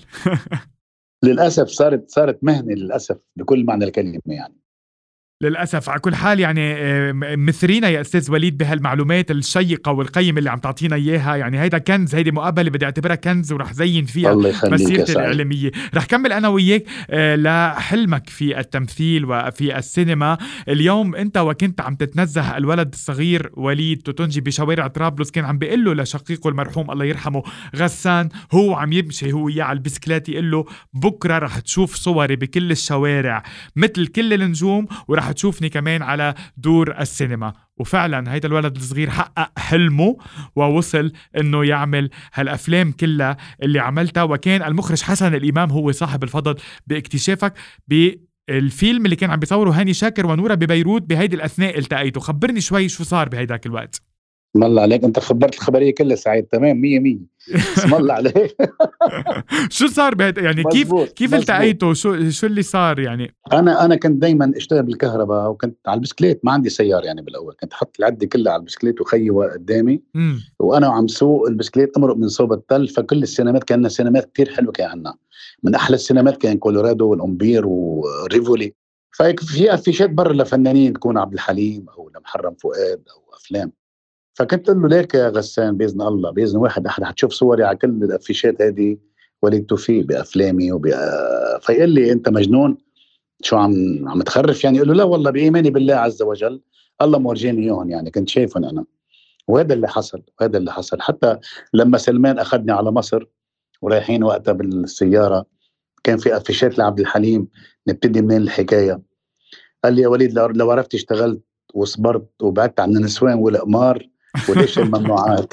[SPEAKER 5] للأسف صارت صارت مهنة للأسف بكل معنى الكلمة يعني.
[SPEAKER 3] للأسف. على كل حال يعني مثرينا يا أستاذ وليد بهالمعلومات الشيقة والقيمة اللي عم تعطينا إياها، يعني هيدا كنز، هيدي مقابلة بدي أعتبرها كنز ورح زين فيها مسيرتي الإعلامية. رح كمل أنا وياك لحلمك في التمثيل وفي السينما. اليوم أنت وكنت عم تتنزه الولد الصغير وليد توتونجي بشوارع طرابلس، كان عم بيقول له لشقيقه المرحوم الله يرحمه غسان، هو عم يمشي هو وياه على البسكلات، يقول له بكرة رح تشوف صوري بكل الشوارع مثل كل النجوم، ورح تشوفني كمان على دور السينما. وفعلا هيدا الولد الصغير حقق حلمه ووصل انه يعمل هالافلام كلها اللي عملتها، وكان المخرج حسن الامام هو صاحب الفضل باكتشافك بالفيلم اللي كان عم بيصوره هاني شاكر ونورة ببيروت. بهيدي الاثناء التقيته، خبرني شوي شو صار بهيداك الوقت.
[SPEAKER 5] اسم الله عليك، انت خبرت الخبريه كلها سعيد. تمام مية مية. اسم الله عليك.
[SPEAKER 3] شو صار بهيدا يعني؟ كيف كيف التقيتوا؟ شو شو اللي صار يعني؟
[SPEAKER 5] انا انا كنت دايما اشتغل بالكهرباء وكنت على البسكليت، ما عندي سيارة يعني بالاول، كنت احط العده كلها على البسكليت وخيي قدامي م. وانا وعم سوق البسكليت امرق من صوب التل. فكل السينمات كانت سينمات كتير حلوه، كان عنا من احلى السينمات كان كولورادو والامبير وريفولي. ففي افيشات برا لفنانين تكون عبد الحليم او لمحرم فؤاد او افلام. فكنت قل له ليك يا غسان بإذن الله بإذن واحد أحد حتشوف صوري على كل الأفيشات هذه وليد توفيق بأفلامي وب... فيقول لي أنت مجنون شو عم عم تخرف يعني؟ يقول له لا والله بإيماني بالله عز وجل الله مورجيني إياهم يعني كنت شايفهم أنا. وهذا اللي حصل وهذا اللي حصل. حتى لما سلمان أخذني على مصر ورايحين وقتها بالسيارة كان في أفيشات لعبد الحليم، نبتدي منين الحكاية؟ قال لي يا وليد لو عرفت اشتغلت وصبرت وبعدت عن النسوان والأقمار وليش الممنوعات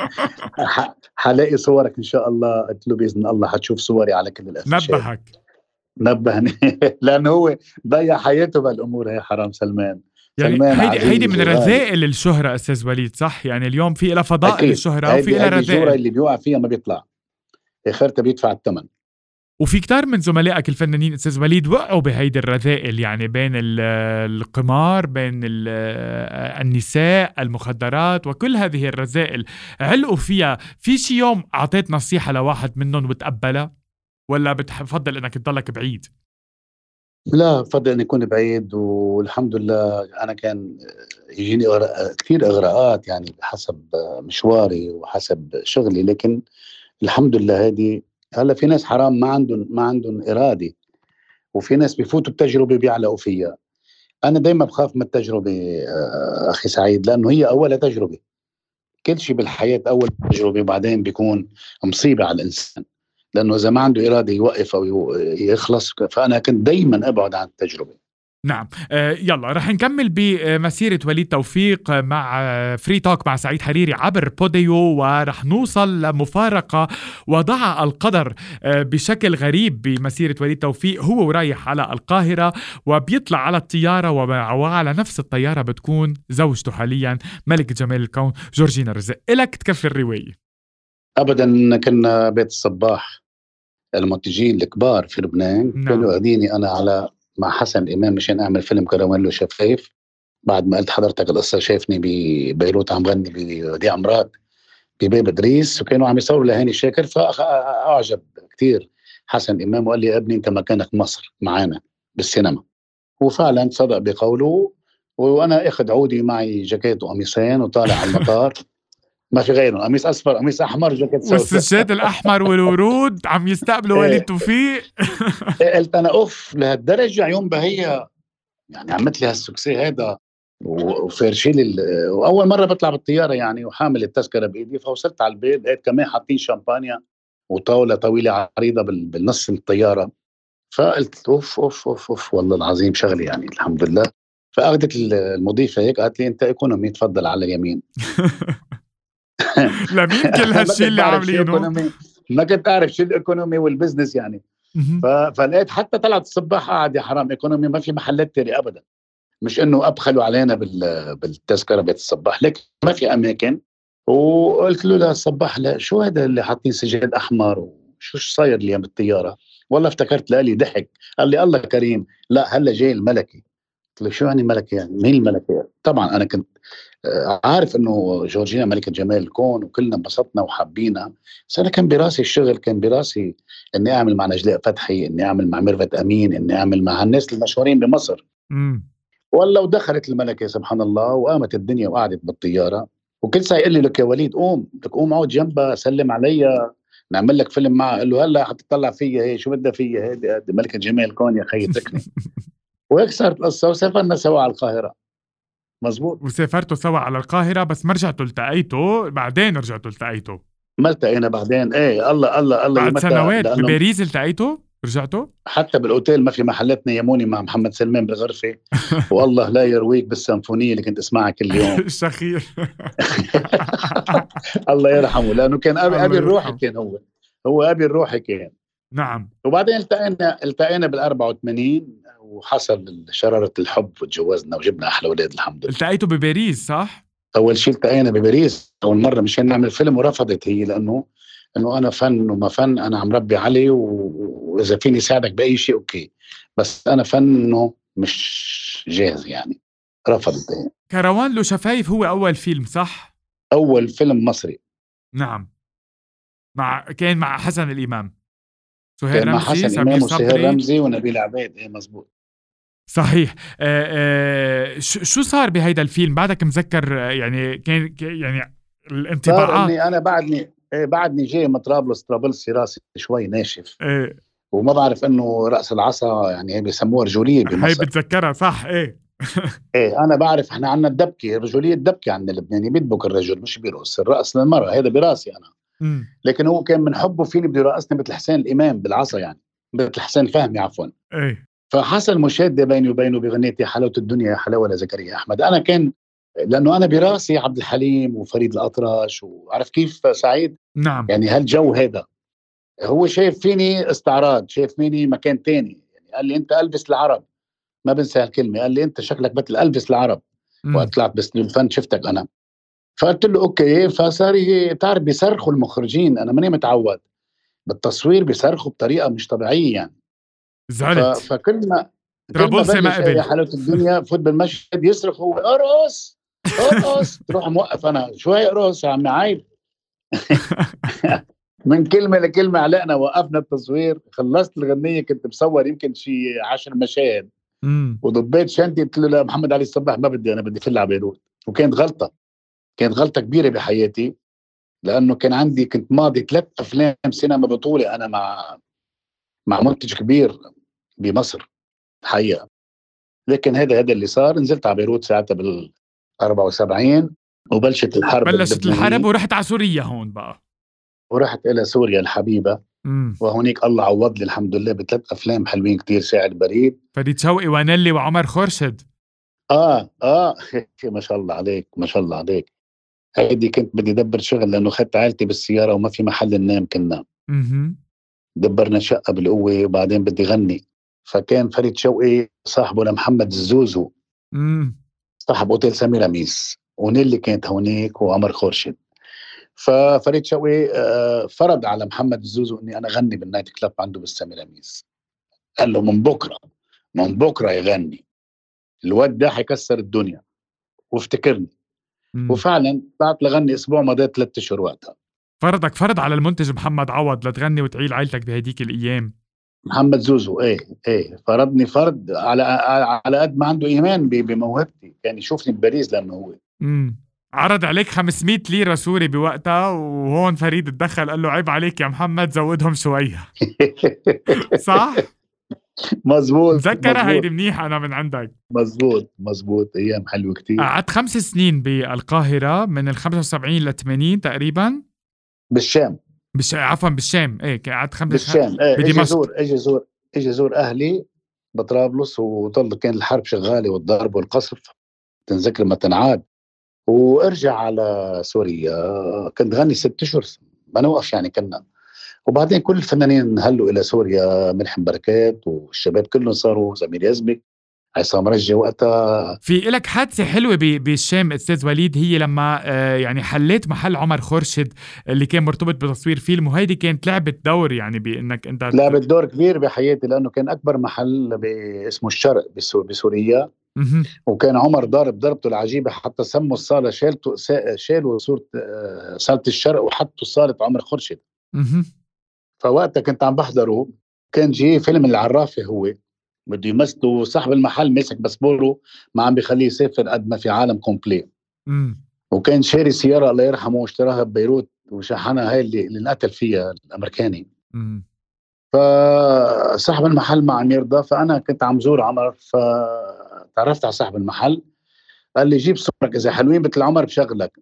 [SPEAKER 5] حلاقي صورك إن شاء الله. قلت له بإذن الله حتشوف صوري على كل الأفيشات.
[SPEAKER 3] نبهك
[SPEAKER 5] نبهني لأنه هو ضيع حياته بالأمور. هي حرام سلمان.
[SPEAKER 3] يعني
[SPEAKER 5] سلمان
[SPEAKER 3] هيدي هيدي من رذائل الشهرة أستاذ وليد، صح؟ يعني اليوم في إلى فضاء الشهرة وفي إلى رذائل.
[SPEAKER 5] الجورة اللي بيوقع فيها ما بيطلع، آخرته بيدفع الثمن.
[SPEAKER 3] وفي كتار من زملائك الفنانين أستاذ وليد وقعوا بهيدي الرذائل، يعني بين القمار، بين النساء، المخدرات، وكل هذه الرذائل علقوا فيها. في شي يوم عطيت نصيحة لواحد منهم وتقبلها، ولا بتفضل انك تضلك بعيد؟
[SPEAKER 5] لا بفضل اني اكون بعيد، والحمد لله انا كان يجيني إغراء كثير اغراءات يعني حسب مشواري وحسب شغلي، لكن الحمد لله هذه. هلا في ناس حرام ما عندهم ما عندهم إرادة، وفي ناس بيفوتوا التجربة بيعلقوا فيها. أنا دايما بخاف من التجربة أخي سعيد، لأنه هي أول تجربة. كل شيء بالحياة أول تجربة وبعدين بيكون مصيبة على الإنسان، لأنه إذا ما عنده إرادة يوقف أو يخلص. فأنا كنت دايما أبعد عن التجربة.
[SPEAKER 3] نعم. آه يلا رح نكمل بمسيرة وليد توفيق مع فري توك مع سعيد حريري عبر بوديو، ورح نوصل لمفارقة وضع القدر آه بشكل غريب بمسيرة وليد توفيق. هو رايح على القاهرة وبيطلع على الطيارة، وعلى نفس الطيارة بتكون زوجته حاليا ملك جمال الكون جورجينا رزق. إلك تكفي الرواية؟
[SPEAKER 5] أبدا. كنا بيت الصباح المنتجين الكبار في لبنان نعم. كانوا يهديني أنا على مع حسن الإمام مشان أعمل فيلم كراميلو شفايف. بعد ما قلت حضرتك القصة، شايفني ببيروت عم غني بوديع مراد بباب إدريس، وكانوا عم يصوروا لهاني شاكر، فأعجب كتير حسن الإمام وقال لي يا ابني أنت مكانك مصر معانا بالسينما. وفعلا صدق بقوله، وأنا أخذ عودي معي جاكيت وقميصين وطالع على المطار. ما في غيره، قميص أصفر قميص أحمر جاكيت سوداء،
[SPEAKER 3] والسجاد الأحمر والورود عم يستقبلوا وليد توفيق.
[SPEAKER 5] قلت أنا أوف لهالدرجة عيون بهية يعني عملت لي هالسكسي هذا وفرشيلي. وأول مرة بطلع بالطيارة يعني وحامل التذكرة بإيدي، فوصلت على البيت لقيت كمان حاطين شامبانيا وطاولة طويلة عريضة بالنص الطيارة. فقلت أوف أوف أوف أوف والله العظيم شغلي يعني الحمد لله. فأخذت المضيفة هيك قالت لي أنت إيكونومي تفضل على اليمين.
[SPEAKER 3] لمين كل هالشي اللي عاملينه؟
[SPEAKER 5] ما كنت اعرف شو الايكونومي والبزنس يعني. ف... فلقيت حتى طلعت الصباح قاعد يا حرام ايكونومي، ما في محلات تاني ابدا. مش انه ابخلوا علينا بال... بالتذكره بيت الصباح، لكن ما في اماكن. وقلت له للصباح لا شو هذا اللي حاطين سجاد احمر وشو صاير اليوم بالطياره؟ والله افتكرت لي ضحك، قال لي الله كريم لا هلا جاي الملكي. قلت له شو يعني ملكي؟ يعني مين الملكي؟ طبعا انا كنت عارف انه جورجينا ملكة جمال الكون وكلنا انبسطنا وحابينها، بس انا كان براسي الشغل، كان براسي اني اعمل مع نجلاء فتحي، اني اعمل مع ميرفت امين، اني اعمل مع الناس المشهورين بمصر.
[SPEAKER 3] امم
[SPEAKER 5] والله ودخلت الملكة سبحان الله وقامت الدنيا وقعدت بالطياره، وكل ساعه يقول لي لك يا وليد قوم، لك قوم اقعد جنبها سلم عليا نعمل لك فيلم معها. قال له هلا حتطلع فيا هي شو بدها فيا هيدي ملكة جمال الكون يا خيي اتركني. وهيك صارت القصه وسافرنا سوا على القاهره. مزبوط.
[SPEAKER 3] وسافرتوا سوا على القاهرة، بس ما رجعتوا التقيتوا بعدين؟ رجعتوا التقيتوا
[SPEAKER 5] ما التقينا بعدين، ايه الله الله الله
[SPEAKER 3] بعد
[SPEAKER 5] يمتى،
[SPEAKER 3] سنوات
[SPEAKER 5] لأنه
[SPEAKER 3] بباريس التقيتوا رجعتوا؟
[SPEAKER 5] حتى بالاوتيل ما في محلات نيموني مع محمد سلمان بالغرفه. والله لا يرويك بالسيمفونيه اللي كنت اسمعها كل يوم.
[SPEAKER 3] الشخير.
[SPEAKER 5] الله يرحمه، لانه كان ابي
[SPEAKER 3] الله
[SPEAKER 5] ابي الروحي،
[SPEAKER 3] يرحمه.
[SPEAKER 5] كان هو هو ابي الروحي كان.
[SPEAKER 3] نعم.
[SPEAKER 5] وبعدين التقينا التقينا بال أربعة وثمانين وحصل شراره الحب وتجوزنا وجبنا احلى اولاد الحمد لله.
[SPEAKER 3] التقيتوا بباريس صح؟
[SPEAKER 5] اول شيء التقينا بباريس اول مره مشان نعمل فيلم، ورفضت هي لانه انه انا فن وما فن، انا عم ربي علي و- واذا فيني ساعدك باي شيء اوكي، بس انا فن انه مش جاهز يعني. رفضت هي.
[SPEAKER 3] كروان له شفايف هو أول فيلم صح؟
[SPEAKER 5] اول فيلم مصري
[SPEAKER 3] نعم. مع كان مع حسن الإمام، سهير
[SPEAKER 5] كان مع
[SPEAKER 3] رمزي،
[SPEAKER 5] حسن
[SPEAKER 3] سمير
[SPEAKER 5] امام وسهير
[SPEAKER 3] صبري.
[SPEAKER 5] رمزي ونبيل عبيد. ايه مزبوط.
[SPEAKER 3] صحيح. آه آه شو شو صار بهيدا الفيلم بعدك مذكر؟ آه، يعني كان ك- يعني
[SPEAKER 5] صار
[SPEAKER 3] الانطباعات.
[SPEAKER 5] اني انا بعدني إيه بعدني جاي من طرابلس، طرابلسي راسي شوي ناشف،
[SPEAKER 3] آه
[SPEAKER 5] وما بعرف انه راس العصا يعني هي بيسموها رجوليه
[SPEAKER 3] هاي
[SPEAKER 5] بمصر.
[SPEAKER 3] بتذكرها صح؟ ايه.
[SPEAKER 5] ايه انا بعرف احنا عندنا الدبكه، رجوليه الدبكه عندنا اللبناني بيدبك الرجل مش بيرقص، الرقص للمرأة، هذا براسي انا.
[SPEAKER 3] مم.
[SPEAKER 5] لكن هو كان من حبه فيني بده يرقصني مثل حسين الامام بالعصا، يعني مثل حسين فهمي عفوا.
[SPEAKER 3] ايه.
[SPEAKER 5] فحصل مشاده بيني وبينه بغنية يا حلاوه الدنيا يا حلاوه لزكريا احمد. انا كان لانه انا براسي عبد الحليم وفريد الأطرش، وعرف كيف سعيد
[SPEAKER 3] نعم.
[SPEAKER 5] يعني هالجو هذا. هو شايف فيني استعراض، شايف فيني مكان تاني، يعني قال لي انت البس العرب، ما بنسى هالكلمه، قال لي انت شكلك مثل البس العرب.
[SPEAKER 3] مم.
[SPEAKER 5] وقت طلعت بس الفن شفتك انا، فقلت له اوكي. فصار ي- بتعرف بيصرخوا المخرجين، انا ماني متعود بالتصوير، بيصرخوا بطريقه مش طبيعيه يعني. ف...
[SPEAKER 3] زعلت.
[SPEAKER 5] فكل ما كل ما
[SPEAKER 3] طرابلسي ما
[SPEAKER 5] بلش إيه يا
[SPEAKER 3] قبل.
[SPEAKER 5] حلاوه الدنيا فوت بالمشهد يصرخ هو ارقص ارقص، تروح موقف انا شوي ارقص يا عمي عيب. من كلمه لكلمه علقنا، وقفنا التصوير، خلصت الغنيه كنت مصور يمكن شي عشر مشاهد،
[SPEAKER 3] مم.
[SPEAKER 5] وضبيت شنطتي قلت له لمحمد علي الصباح ما بدي، انا بدي فل على بيروت. وكانت غلطه، كانت غلطه كبيره بحياتي، لانه كان عندي كنت ماضي ثلاث افلام سينما بطوله انا مع مع منتج كبير بمصر الحقيقه. لكن هذا هذا اللي صار. نزلت على بيروت ساعتها بال أربعة وسبعين وبلشت الحرب
[SPEAKER 3] بلشت الحرب
[SPEAKER 5] اللبنانية،
[SPEAKER 3] ورحت على سوريا هون بقى.
[SPEAKER 5] ورحت الى سوريا الحبيبه.
[SPEAKER 3] امم
[SPEAKER 5] وهونيك الله عوض لي الحمد لله بثلاث افلام حلوين كتير، ساعد بريد.
[SPEAKER 3] فريد شوقي ونيلي وعمر خورشيد.
[SPEAKER 5] اه اه ما شاء الله عليك ما شاء الله عليك. هيدي كنت بدي ادبر شغل لانه اخذت عائلتي بالسياره وما في محل ننام كنا.
[SPEAKER 3] اها.
[SPEAKER 5] دبرنا شقه بالقوه وبعدين بدي غني. فكان فريد شوقي صاحبه لمحمد الزوزو،
[SPEAKER 3] امم
[SPEAKER 5] صاحب اوتيل سميراميس، ونيلي كانت هونيك وعمر خورشيد. ففريد شوقي آه، فرض على محمد الزوزو اني انا غني بالنايت كلاب عنده بالسميراميس. قال له من بكره من بكره يغني الواد ده حيكسر الدنيا وافتكرني.
[SPEAKER 3] مم.
[SPEAKER 5] وفعلا طلعت لغني اسبوع، مضيت ثلاث اشهر وقتها.
[SPEAKER 3] فرضك فرض على المنتج محمد عوض لتغني وتعيل عائلتك بهديك الايام.
[SPEAKER 5] محمد زوزو ايه ايه فرضني فرض على على قد ما عنده ايمان ب- بموهبتي، كان يشوفني بباريس لانه هو
[SPEAKER 3] امم عرض عليك خمسمية ليرة سوري بوقتها، وهون فريد اتدخل قال له عيب عليك يا محمد زودهم شوية. صح؟
[SPEAKER 5] مزبوط
[SPEAKER 3] مذكرة
[SPEAKER 5] مزبوط
[SPEAKER 3] هيدي منيحة أنا من عندك.
[SPEAKER 5] مزبوط مزبوط ايام حلوه كتير.
[SPEAKER 3] قعدت خمس سنين بالقاهرة من ال خمسة وسبعين ل ثمانين تقريبا.
[SPEAKER 5] بالشام
[SPEAKER 3] بش... عفوا بالشام. ايه قعدت خمس
[SPEAKER 5] بالشام ايه اجي
[SPEAKER 3] بدمشق.
[SPEAKER 5] زور اجي زور اجي زور اهلي بطرابلس، وضل كان الحرب شغاله والضرب والقصف تنذكر ما تنعاد. وارجع على سوريا كنت غني ست اشهر ما نوقف يعني كنا. وبعدين كل الفنانين هلوا الى سوريا، ملحم بركات والشباب كلهم صاروا، سمير يزبك، عصام رجي وقتها.
[SPEAKER 3] في لك حادثة حلوة بالشام أستاذ وليد، هي لما آه يعني حليت محل عمر خورشيد اللي كان مرتبط بتصوير فيلم، وهيدي كانت لعبة دور يعني بأنك أنت
[SPEAKER 5] لعبة دور كبير بحياتي، لأنه كان أكبر محل اسمه الشرق بسوريا، وكان عمر ضارب ضربته العجيبة حتى سموا الصالة، شالته شالوا صورة صالة الشرق وحطوا صالة عمر خورشيد. فوقتها كنت عم بحضره، كان جي فيلم العرافة، هو بده يمثله، صاحب المحل ماسك باسبوره ما عم بيخليه يسافر قد ما في عالم كومبلي، وكان شاري سيارة الله يرحمه واشتراها ببيروت وشحنها، هاي اللي, اللي انقتل فيها الأمريكاني. مم. فصاحب المحل ما عم يرضى، فأنا كنت عم زور عمر، فتعرفت على صاحب المحل، قال لي جيب صورك إذا حلوين مثل عمر بشغلك.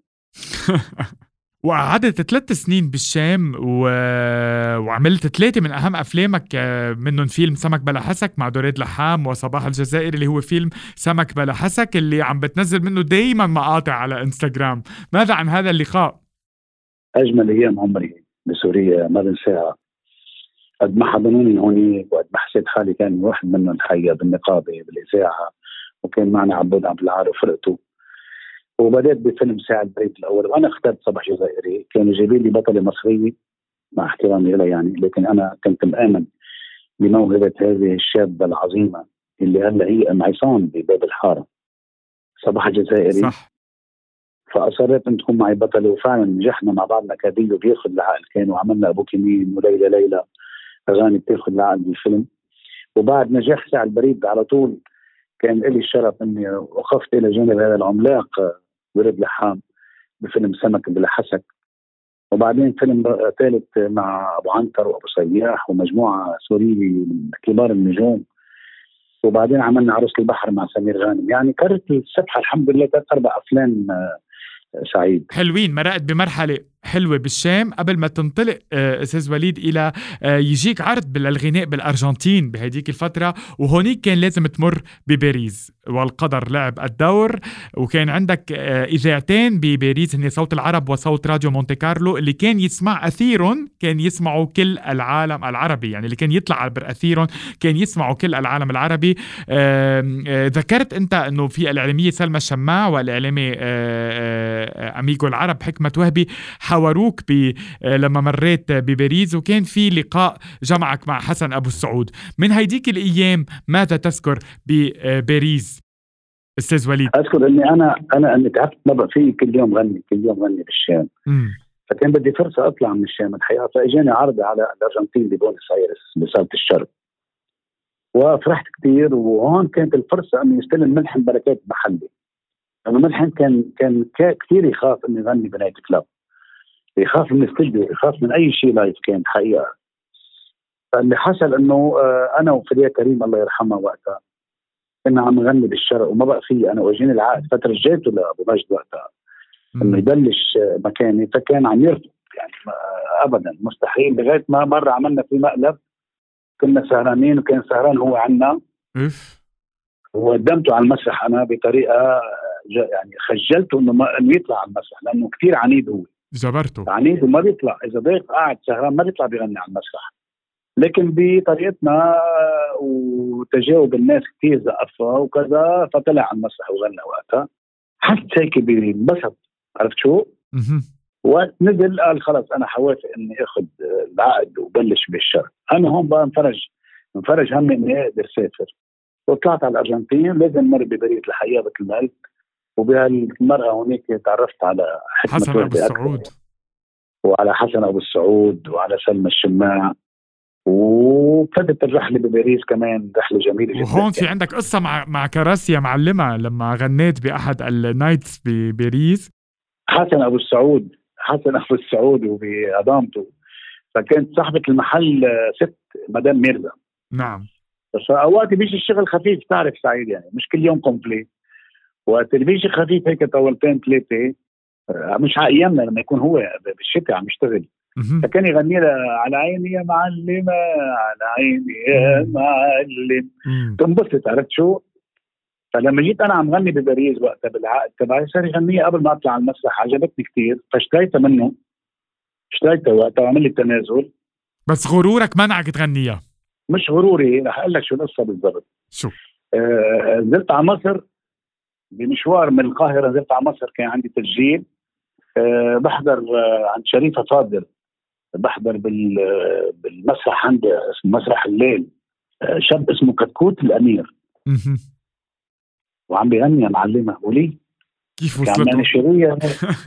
[SPEAKER 3] وقعدت ثلاث سنين بالشام و... وعملت ثلاثة من أهم أفلامك، منهم فيلم سمك بلا حسك مع دوريد لحام، وصباح الجزائر اللي هو فيلم سمك بلا حسك اللي عم بتنزل منه دايما مقاطع على انستغرام. ماذا عن هذا اللقاء؟
[SPEAKER 5] أجمل أيام عمري بسوريا ما بنساها، قد ما حضنوني هونيك وقد ما حسيت حالي كان واحد منهم الحقيقة بالنقابة بالإذاعة، وكان معنا عبود عبد العال وفرقته. وبدأت بفيلم ساعة البريد الأول، وأنا اخترت صباح جزائري، كانوا جايبين لي بطلة مصرية مع احترامي لها يعني، لكن أنا كنت مآمن بموهبة هذه الشابة العظيمة اللي هلا هي أم عصام بباب الحارة، صباح جزائري. صح. فأصرت أن تكون معي بطلة، وفعلا نجحنا مع بعضنا كاديو بياخد العقل، كان وعملنا أبوك مين وليلى ليلى، أغاني بتاخد العقل بالفيلم. وبعد نجاح ساعة البريد على طول كان لي الشرف أني وقفت إلى جانب هذا العملاق ورد لحام بفيلم سمك بلا حسك، وبعدين فيلم ثالث مع أبو عنتر وأبو سياح ومجموعة سورية من كبار النجوم، وبعدين عملنا عروس البحر مع سمير غانم. يعني كررت السبحة الحمد لله ثلاث أربع أفلام سعيد
[SPEAKER 3] حلوين. مرقت بمرحلة حلوة بالشام قبل ما تنطلق أستاذ وليد إلى يجيك عرض للغناء بالأرجنتين بهديك الفترة، وهونيك كان لازم تمر بباريس، والقدر لعب الدور، وكان عندك إذاعتين بباريس هن صوت العرب وصوت راديو مونتي كارلو، اللي كان يسمع أثيرون كان يسمعوا كل العالم العربي، يعني اللي كان يطلع على أثيرون كان يسمعوا كل العالم العربي. ذكرت أنت أنه في الإعلامية سلمى الشماع والإعلامي أميغو العرب حكمة وهبي حاوروك لما مريت بباريس، وكان في لقاء جمعك مع حسن أبو السعود. من هيديك الأيام ماذا تذكر بباريس أستاذ وليد؟
[SPEAKER 5] أذكر أني أنا أنا أني تعبت نبقى فيه كل يوم غني كل يوم غني بالشام، م. فكان بدي فرصة أطلع من الشام الحقيقة، فإجاني عرض على الأرجنتين ببونس آيرس بصالة الشرق، وفرحت كتير. وهون كانت الفرصة أني يستلم ملحم بركات محلي، لأنه ملحم كان كان كتير يخاف أني يغني بنايت كلاب، يخاف من الاستديو، يخاف من أي شيء لايف كان حقيقة. فاللي حصل إنه أنا وفريا كريم الله يرحمها وقتها كنا عم نغني بالشرق وما بقى فيه أنا، وأجيني العقد فترجيته لأبو مجد وقتها إنه يبلش مكاني، فكان عم يرفض يعني أبدا مستحيل، لغاية ما مرة عملنا في مقلب كنا سهرانين وكان سهران هو عنا، وقدمته على المسرح أنا بطريقة يعني خجلته إنه ما إنه يطلع على المسرح، لأنه كتير عنيد، هو
[SPEAKER 3] جبرته
[SPEAKER 5] عنيد وما بيطلع، إذا ضيف قاعد سهران ما بيطلع بيغني على المسرح. لكن بطريقتنا وتجاوب الناس كتير زقفها وكذا، فطلع على المسرح وغنى وقتها. حس هيك بينبسط، عرفت شو؟ وقت نزل قال خلاص أنا حوافق إني أخذ العقد وبلش بالشرق. أنا هون بقى انفرج انفرج همي إني أقدر سافر، وطلعت على الأرجنتين. لازم مر بباريس الحقيقة مثل ما قلت، وبهالمرأة هناك تعرفت على
[SPEAKER 3] حسن أبو السعود
[SPEAKER 5] وعلى حسن أبو السعود وعلى سلمى الشماع، وابتدت الرحلة بباريس كمان رحلة جميلة جدا.
[SPEAKER 3] وهون في عندك قصة مع مع كراسيا معلمة لما غنيت بأحد النايتس بباريس.
[SPEAKER 5] حسن أبو السعود حسن أبو السعود وبأدامته، فكانت صاحبة المحل ست مدام ميرزا.
[SPEAKER 3] نعم.
[SPEAKER 5] بس أوقات بيجي الشغل خفيف، تعرف سعيد، يعني مش كل يوم كومبلي، وقت اللي بيجي خفيف هيك طولتين ثلاثة، مش على أيامنا لما يكون هو بالشتاء عم يشتغل، فكان يغني له على عيني يا معلمة على عيني يا معلم، تنبسط، عرفت شو؟ فلما جيت أنا عم غني بباريس وقتها بالعقد تبعي صار يغنيها قبل ما أطلع على المسرح، عجبتني كتير فاشتريتها منه، اشتريتها وقتها وعمل لي التنازل
[SPEAKER 3] بس غرورك منعك تغنيها؟
[SPEAKER 5] مش غروري، رح اقول لك شو القصه بالضبط.
[SPEAKER 3] شو؟
[SPEAKER 5] آه نزلت على مصر بمشوار من القاهره، نزلت على مصر كان عندي تسجيل. آه بحضر آه عند شريفه فاضل، بحضر بال بالمسرح عندي اسمه مسرح الليل. آه شاب اسمه كتكوت الامير وعم بيغني يا معلمه. ولي
[SPEAKER 3] كيف وصلت
[SPEAKER 5] شويه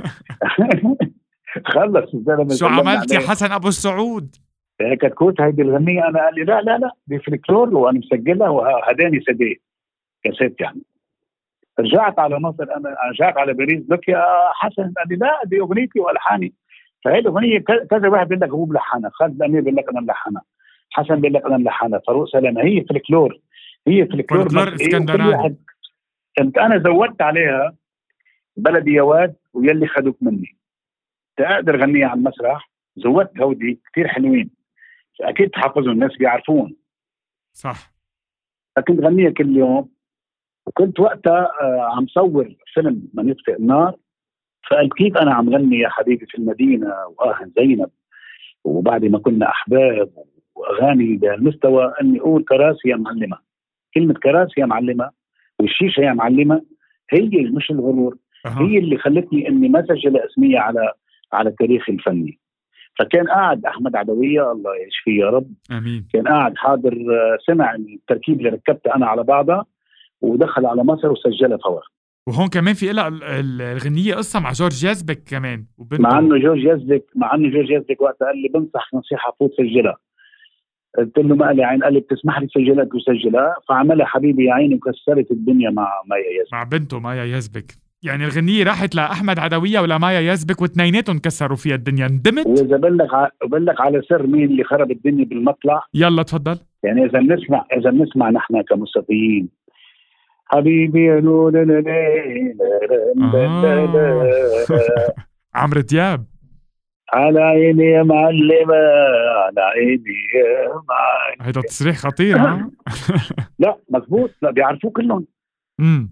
[SPEAKER 5] خلص الزلمه.
[SPEAKER 3] شو عملت يا حسن ابو السعود؟
[SPEAKER 5] كتكوت هيدي الغنية. أنا قال لي لا لا لا دي فلكلور وأنا مسجلها وهداني سدي كاسيت يعني. رجعت على مصر، أنا رجعت على باريس، لك يا حسن قال لي لا دي أغنيتي وألحاني. فهي الأغنية كذا واحد بيقول لك هو ملحنها، خالد الأمير بيقول لك أنا ملحنها، حسن بيقول لك أنا ملحنها، فاروق سلامة. هي فلكلور، هي فلكلور,
[SPEAKER 3] فلكلور اسكندراني.
[SPEAKER 5] كنت أنا زودت عليها بلدي يا واد ويلي خدوك مني، تقدر غنيها على المسرح. زودت هودي كتير حلوين، أكيد تحفظوا الناس بيعرفون.
[SPEAKER 3] صح.
[SPEAKER 5] كنت غنية كل يوم. وكنت وقتها آه عم صور فيلم من يطفئ النار، فقلت كيف أنا عم غني يا حبيبي في المدينة وآهن زينب وبعد ما كنا أحباب وأغاني بهالمستوى، أني أقول كراسي يا معلمة. كلمة كراسي يا معلمة والشيشة يا معلمة هي مش الغرور، أه. هي اللي خلتني أني ما سجل اسمية على على التاريخ الفني. فكان قاعد أحمد عدوية الله يشفيه يا رب،
[SPEAKER 3] أمين.
[SPEAKER 5] كان قاعد حاضر، سمع التركيب اللي ركبتها أنا على بعضها ودخل على مصر وسجلها فورا.
[SPEAKER 3] وهون كمان في إلها الغنية قصة مع جورج يزبك كمان وبنته.
[SPEAKER 5] مع أنه جورج يزبك مع أنه جورج يزبك وقتها قال لي بنصح نصيحة فوت سجلها. قلت له ما قال لي عين، قال لي بتسمح لي سجلها وسجلها. فعملها حبيبي يا عيني وكسرت الدنيا مع مايا يزبك،
[SPEAKER 3] مع بنته مايا يزبك. يعني الغنية راحت لأحمد عدوية ولا مايا يزبك واثنيناتهم كسروا فيها الدنيا. ندمت.
[SPEAKER 5] وإذا بلغ ع... بلغ على سر مين اللي خرب الدنيا بالمطلع.
[SPEAKER 3] يلا تفضل.
[SPEAKER 5] يعني إذا نسمع إذا نسمع نحن كموسيقيين حبيبي يا لا لا لا لا لا
[SPEAKER 3] عمرو دياب
[SPEAKER 5] على عيني يا معلمة على عيني يا معلمة.
[SPEAKER 3] هيدا تصريح خطير. ها
[SPEAKER 5] لا مزبوط، لا بيعرفوه كلهم.
[SPEAKER 3] امم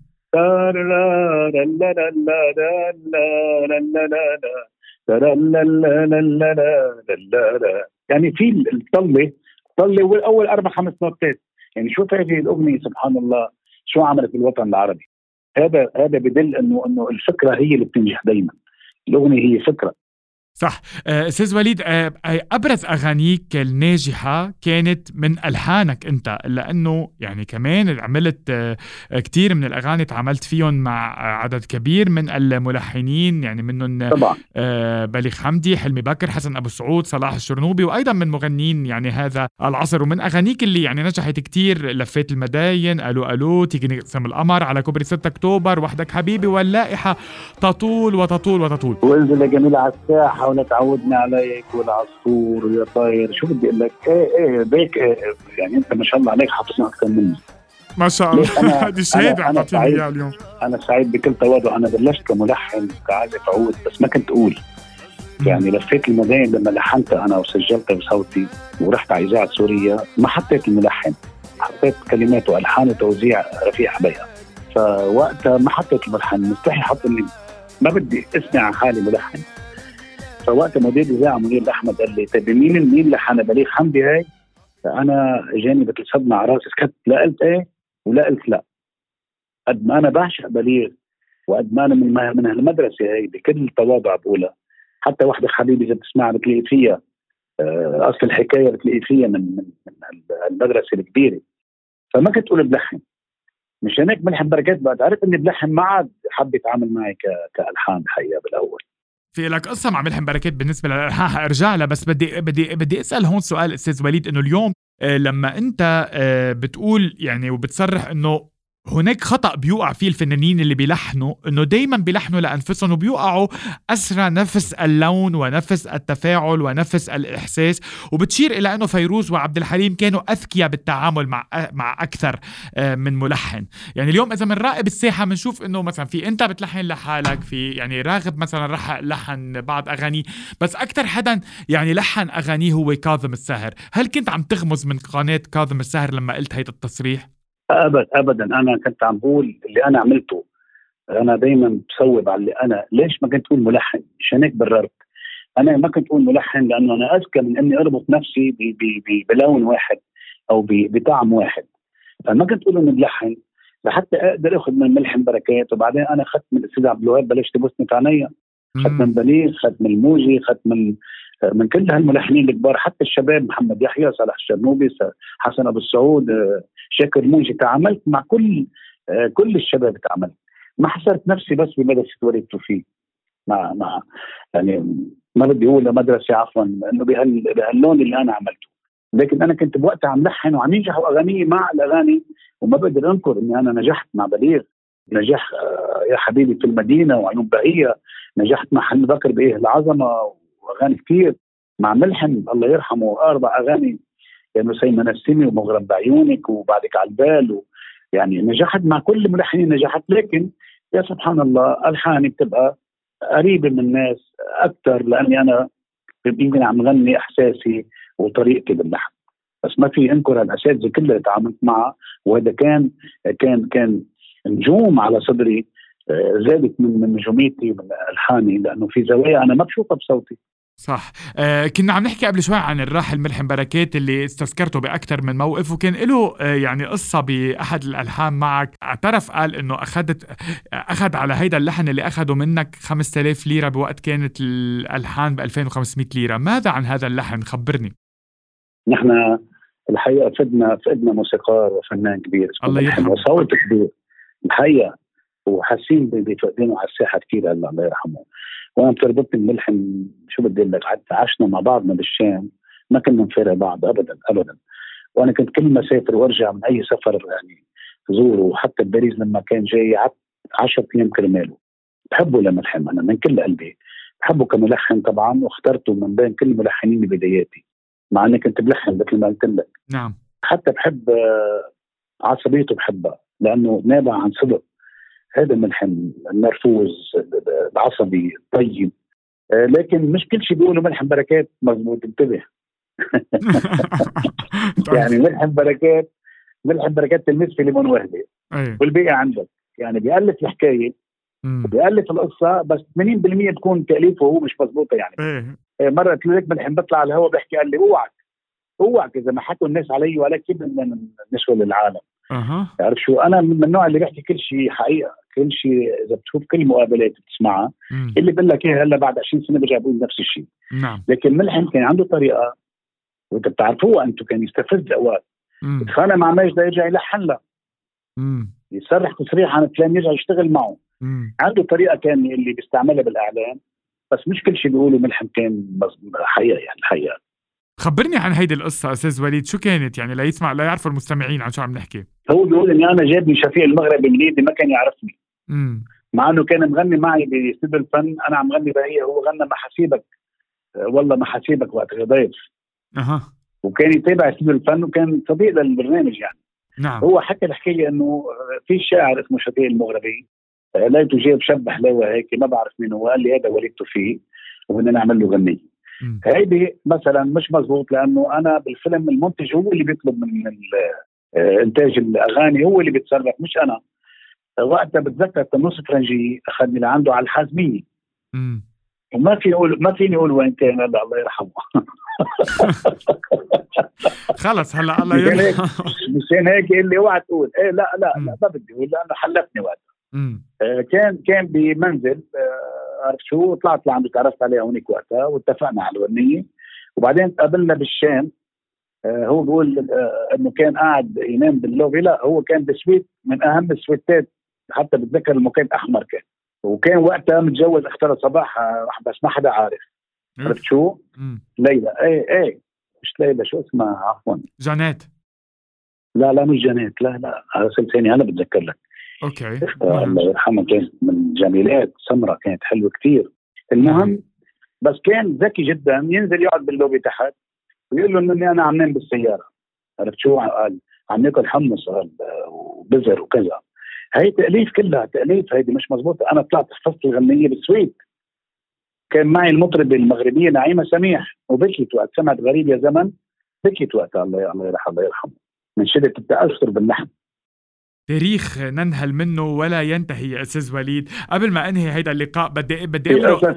[SPEAKER 5] يعني في الطلة طلة أول أربع خمس نوتات. يعني شوف هذه الأغنية سبحان الله شو عملت بالوطن العربي. هذا هذا بدل إنه إنه الفكرة هي اللي بتنجح دايما. الأغنية هي فكرة.
[SPEAKER 3] صح. أستاذ وليد، أبرز أغانيك الناجحة كانت من ألحانك أنت، لأنه يعني كمان عملت كتير من الأغاني تعاملت فيهم مع عدد كبير من الملحنين، يعني منهم
[SPEAKER 5] طبعا
[SPEAKER 3] بليغ حمدي، حلمي بكر، حسن أبو السعود، صلاح الشرنوبي، وأيضا من مغنين يعني هذا العصر. ومن أغانيك اللي يعني نجحت كتير لفيت المداين، ألو ألو، تيجي نقسم القمر، على كوبري ستة أكتوبر، وحدك حبيبي، واللائحة، تطول وتطول وتطول،
[SPEAKER 5] وانزل يا جميل على الساحة ولا تعودنا عليك والعصفور يا طاير. شو بدي اقول لك؟ ايه ايه بيك إيه يعني انت ما شاء الله عليك حافظنا اكثر مني
[SPEAKER 3] ما شاء الله. هذه شهاده عم تعطيني اياها اليوم.
[SPEAKER 5] انا سعيد بكل تواضع. انا بلشت كملحن كعازف عود بس ما كنت اقول يعني لفيت المداين لما لحنتها انا وسجلتها بصوتي ورحت على اذاعه سوريا ما حطيت الملحن، حطيت كلمات والحان وتوزيع رفيع حبيها. فوقتها ما حطيت الملحن، مستحي حط لي، ما بدي اسمع عن حالي ملحن. فوقت مدير الاذاعه منير احمد قال لي طيب مين مين لحن بليغ حمدي هاي؟ فانا جاني مثل صدمه على راسي، سكت، لا قلت ايه ولا قلت لا. قد ما انا بعشق بليغ وقد ما انا من من هالمدرسه هاي بكل تواضع بقولها. حتى وحده حبيبي اذا بتسمعها بتلاقي فيها اصل الحكايه، بتلاقي فيها من من, من المدرسه الكبيره. فما كنت اقول بلحن، مش هيك ملحن بركات. بعد عرفت اني بلحن ما عاد حب يتعامل معي كالحان الحقيقه بالاول.
[SPEAKER 3] في لك قصة مع ملحم بركات بالنسبة للألحان ارجع لها، بس بدي بدي بدي اسال هون سؤال استاذ وليد، انه اليوم لما انت بتقول يعني وبتصرح انه هناك خطأ بيوقع فيه الفنانين اللي بيلحنوا، انه دايما بيلحنوا لانفسهم وبيوقعوا اسرى نفس اللون ونفس التفاعل ونفس الاحساس، وبتشير الى انه فيروز وعبد الحليم كانوا اذكياء بالتعامل مع مع اكثر من ملحن. يعني اليوم اذا بنراقب الساحه بنشوف انه مثلا في انت بتلحن لحالك، في يعني راغب مثلا رح لحن بعض اغاني، بس اكثر حدا يعني لحن اغانيه هو كاظم الساهر. هل كنت عم تغمز من قناه كاظم الساهر لما قلت هيدا التصريح؟
[SPEAKER 5] ابدا ابدا. انا كنت عم بقول اللي انا عملته. انا دايما بصوب على اللي انا ليش ما كنت اقول ملحن، مشان هيك بررت. انا ما كنت اقول ملحن لانه انا اذكى من اني اربط نفسي ب- ب- ب- بلون واحد او ب- بطعم واحد. فما كنت اقول اني ملحن لحتى اقدر اخذ من ملحن بركات، وبعدين انا اخذت من الاستاذ عبد الوهاب، بلشت تبوسني في عينيا، اخذت من بليغ، اخذت من الموجي، اخذت من من كل هالملحنين الكبار، حتى الشباب محمد يحيى، صالح الشرنوبي، حسن ابو السعود، شاكر موجي. تعاملت مع كل كل الشباب، تعاملت، ما حصرت نفسي بس بمدرسه وليد توفيق، مع مع يعني ما بدي اقول مدرسه عفوا انه بهال بهاللون اللي انا عملته، لكن انا كنت بوقتها عم لحن وعم ينجحوا اغاني مع الاغاني، وما بقدر انكر اني انا نجحت مع بليغ، نجح يا حبيبي في المدينه وعيون بقيه، نجحت مع حلمي بكر بايه العظمه واغاني كثير، مع ملحم الله يرحمه اربع اغاني يعني سيما نسيمي ومغرب بعيونك وبعدك على البال، يعني نجحت مع كل الملحنين نجحت. لكن يا سبحان الله الحاني بتبقى قريبه من الناس اكثر، لاني انا يمكن عم غني احساسي وطريقتي باللحن، بس ما في انكر الاساتذه كلها اللي تعاملت معها، وهذا كان كان كان نجوم على صدري، زادت من من نجوميتي من الحاني، لانه في زوايا انا ما بشوفها بصوتي.
[SPEAKER 3] صح. آه كنا عم نحكي قبل شوي عن الراحل ملحم بركات اللي استذكرته بأكثر من موقف، وكان له آه يعني قصة بأحد الألحان معك، اعترف قال إنه أخذت أخذ على هيدا اللحن اللي أخده منك خمسة آلاف ليرة بوقت كانت الألحان ب ألفين وخمسمية ليرة. ماذا عن هذا اللحن؟ خبرني.
[SPEAKER 5] نحن الحقيقة فدنا فدنا موسيقار وفنان كبير
[SPEAKER 3] الله يرحمه
[SPEAKER 5] وصوت كبير الحقيقة، وحاسين بفقدانه على الساحة كثير هلا الله يرحمه. وانا بتربطني الملحم، شو بدي اقول لك، حتى عشنا مع بعضنا بالشام، ما كنا نفارق بعض ابدا ابدا، وانا كنت كل ما اسافر وارجع من اي سفر يعني زوره، وحتى بباريس لما كان جاي عشرة ايام كرماله. بحبه لملحم، انا من كل قلبي بحبه كملحن طبعا، واخترته من بين كل الملحنين ببداياتي، مع اني كنت بلحن مثل ما قلت لك.
[SPEAKER 3] نعم.
[SPEAKER 5] حتى بحب عصبيته، بحبها لانه نابع عن صدق. هذا الملحن النرفوز العصبي الطيب، لكن مش كل شيء بيقولوا ملحم بركات مضبوط، انتبه. يعني ملحم بركات ملحم بركات تلميذ في ليمون وهبي والبيئة عندك، يعني بيألف الحكاية بيألف القصة، بس ثمانين بالمية بتكون تأليفه هو مش مضبوطة. يعني مرة تلاقيك ملحم بطلع على الهواء بيحكي قال لي اوعك اوعك اذا ما حكوا الناس علي ولا كيف بدنا نشغل العالم.
[SPEAKER 3] أه.
[SPEAKER 5] تعرف شو، انا من النوع اللي بيحكي كل شيء حقيقه، كل شيء. اذا بتشوف كل المقابلات بتسمعها
[SPEAKER 3] مم.
[SPEAKER 5] اللي بقول لك ايه هلا بعد عشرين سنه برجع بقول نفس الشيء.
[SPEAKER 3] نعم.
[SPEAKER 5] لكن ملحم كان عنده طريقه، وانت بتعرفوها انتم، كان يستفز اوقات، يتخانق مع ماجدة يرجع يلحن لها، يصرح تصريح عن فلان يرجع يشتغل معه.
[SPEAKER 3] مم.
[SPEAKER 5] عنده طريقه كان اللي بيستعملها بالاعلام، بس مش كل شيء بيقوله ملحم كان حقيقه. يعني الحقيقه
[SPEAKER 3] خبرني عن هيدي القصة أستاذ وليد، شو كانت يعني لا يسمع لا يعرفوا المستمعين عن شو عم نحكي؟
[SPEAKER 5] هو بيقول إني أنا جابني شفيق المغربي من إيدي، ما كان يعرفني.
[SPEAKER 3] مم.
[SPEAKER 5] مع إنه كان مغني معي باستوديو الفن، أنا عم غني بهية، هو غنى محاسيبك والله محاسيبك وقت غضيف.
[SPEAKER 3] أها.
[SPEAKER 5] وكان يتابع استوديو الفن وكان صديق للبرنامج يعني.
[SPEAKER 3] نعم.
[SPEAKER 5] هو حكى الحكاية إنه في شاعر اسمه شفيق المغربي لقيته جايب شاب حلاوة هيك ما بعرف مين هو، قال لي هذا وليد توفيق وبدنا نعمل له غنية. هيدي مثلا مش مزبوط، لانه انا بالفيلم المنتج هو اللي بيطلب من انتاج الاغاني، هو اللي بيتصرف مش انا. وقتها بتذكر تنوس فرنجي اخذني لعنده على الحازميه، وما في اقول ما فيني اقول وين كان هلا الله يرحمه.
[SPEAKER 3] خلص هلا الله يرحمه.
[SPEAKER 5] مشان هيك قال لي اوعى تقول ايه لا لا لا ما بدي اقول، لانه حلفني وقتها. آه كان كان بمنزل آه عرفت شو، طلعت لعنده تعرفت عليه هونيك وقتها واتفقنا على الغنية، وبعدين قابلنا بالشام. آه هو بيقول آه انه كان قاعد ينام باللوبي، لا هو كان بسويت من اهم السويتات، حتى بتذكر المكان احمر كان، وكان وقتها متجوز اختار صباح آه بس ما حدا عارف. عرفت شو؟ ليلى. ايه ايه مش ليلى، شو اسمها عفوا؟
[SPEAKER 3] جانات.
[SPEAKER 5] لا لا مش جانات، لا لا هذا ثاني انا بتذكر لك.
[SPEAKER 3] اوكي.
[SPEAKER 5] الله يرحمه كانت من جميلات سمرة، كانت حلوة كتير. المهم بس كان ذكي جدا، ينزل يقعد باللوبي تحت ويقول له اني انا عم نام بالسيارة. عرفت شو؟ قال عم ناكل حمص وبزر وكذا. هي تأليف كلها تأليف، هيدي مش مزبوطة. انا طلعت حفظت الغنية بالسويد، كان معي المطربة المغربية نعيمة سميح، وبكيت وقت سمعت غريب يا زمن، بكيت وقتها الله الله يرحمه الله يرحمه من شدة التأثر باللحن.
[SPEAKER 3] تاريخ ننهل منه ولا ينتهي يا أستاذ وليد. قبل ما أنهي هيدا اللقاء بدي بدي أمرق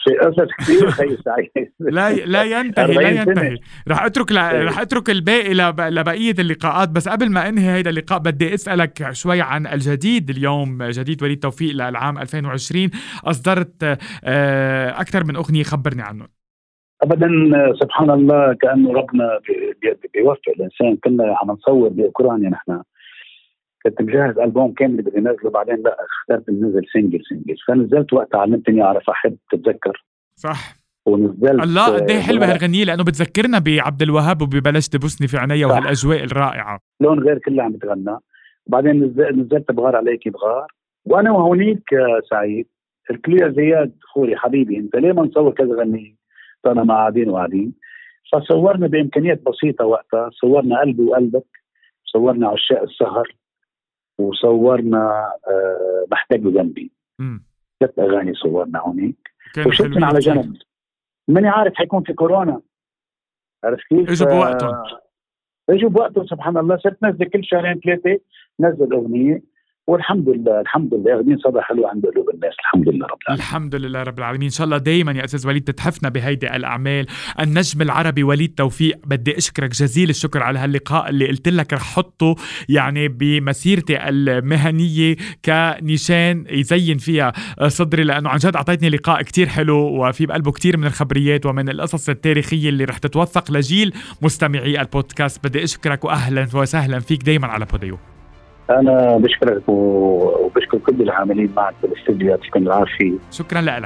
[SPEAKER 5] في قصص كثير خي سعيد.
[SPEAKER 3] لا لا ينتهي لا ينتهي. رح اترك ل... رح اترك الباقي لب... لبقيه اللقاءات، بس قبل ما انهي هيدا اللقاء بدي اسالك شوي عن الجديد. اليوم جديد وليد توفيق للعام ألفين وعشرين، اصدرت اكثر من اغنيه، خبرني عنه.
[SPEAKER 5] ابدا سبحان الله، كانه ربنا بيوفق الانسان. كنا عم نصور باوكرانيا، نحن كنت مجهز ألبوم كامل بدي نزله، بعدين لا اخترت ننزل سنجل سنجل، فنزلت وقتها علمتني اعرف احب تتذكر.
[SPEAKER 3] صح.
[SPEAKER 5] ونزلت
[SPEAKER 3] الله قد ايه حلوه هالغنيه، لانه بتذكرنا بعبد الوهاب وببلش تبوسني في عينيا وهالاجواء الرائعه.
[SPEAKER 5] لون غير كله عم بتغنى. وبعدين نزلت بغار عليكي بغار، وانا وهونيك سعيد الكلير زياد خوري حبيبي انت ليه ما نصور كذا غنيه؟ فانا ما قاعدين وقاعدين، فصورنا بامكانيات بسيطه وقتها. صورنا قلبي وقلبك، صورنا عشاق السهر، وصورنا أه محتاج جنبي. ثلاث اغاني صورنا هونيك، وشفتنا على جنب. ماني عارف حيكون في كورونا، عارف كيف؟
[SPEAKER 3] اجوا بوقتهم
[SPEAKER 5] اجوا بوقتهم سبحان الله. صرت نزل كل شهرين ثلاثه نزل اغنيه، والحمد لله الحمد لله اغنيه صدى حلوه عند قلوب الناس. الحمد لله رب العالمين.
[SPEAKER 3] الحمد لله رب العالمين. ان شاء الله دايما يا استاذ وليد تتحفنا بهيدي الاعمال. النجم العربي وليد توفيق، بدي اشكرك جزيل الشكر على هاللقاء اللي قلت لك رح حطه يعني بمسيرتي المهنيه كنيشان يزين فيها صدري، لانه عن جد اعطيتني لقاء كتير حلو وفي بقلبه كتير من الخبريات ومن القصص التاريخيه اللي رح تتوثق لجيل مستمعي البودكاست. بدي اشكرك واهلا وسهلا فيك دايما على بوديو.
[SPEAKER 5] أنا بشكرك وبشكر كل العاملين معك بالاستديو، يعطيكم العافية.
[SPEAKER 3] شكرا لك.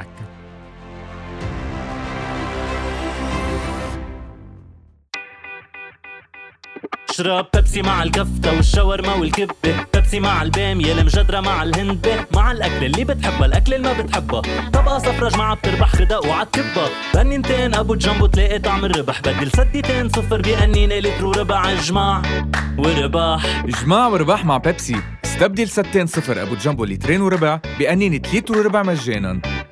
[SPEAKER 1] اشرب بيبسي مع الكفتة والشاورما والكبة، بيبسي مع البامية المجدرة مع الهندبة، مع الأكل اللي بتحبها الأكل اللي ما بتحبها، طبقة صفرة جماعة بتربح خدق وعالكبة، بنينتين أبو جنبو تلاقي طعم الربح، بدل سديتين صفر بأنينة لتر وربع. جماع ورباح،
[SPEAKER 2] جماع ورباح مع بيبسي. استبدل ستين صفر أبو جنبو لترين وربع بأنينة لتر وربع مجانا.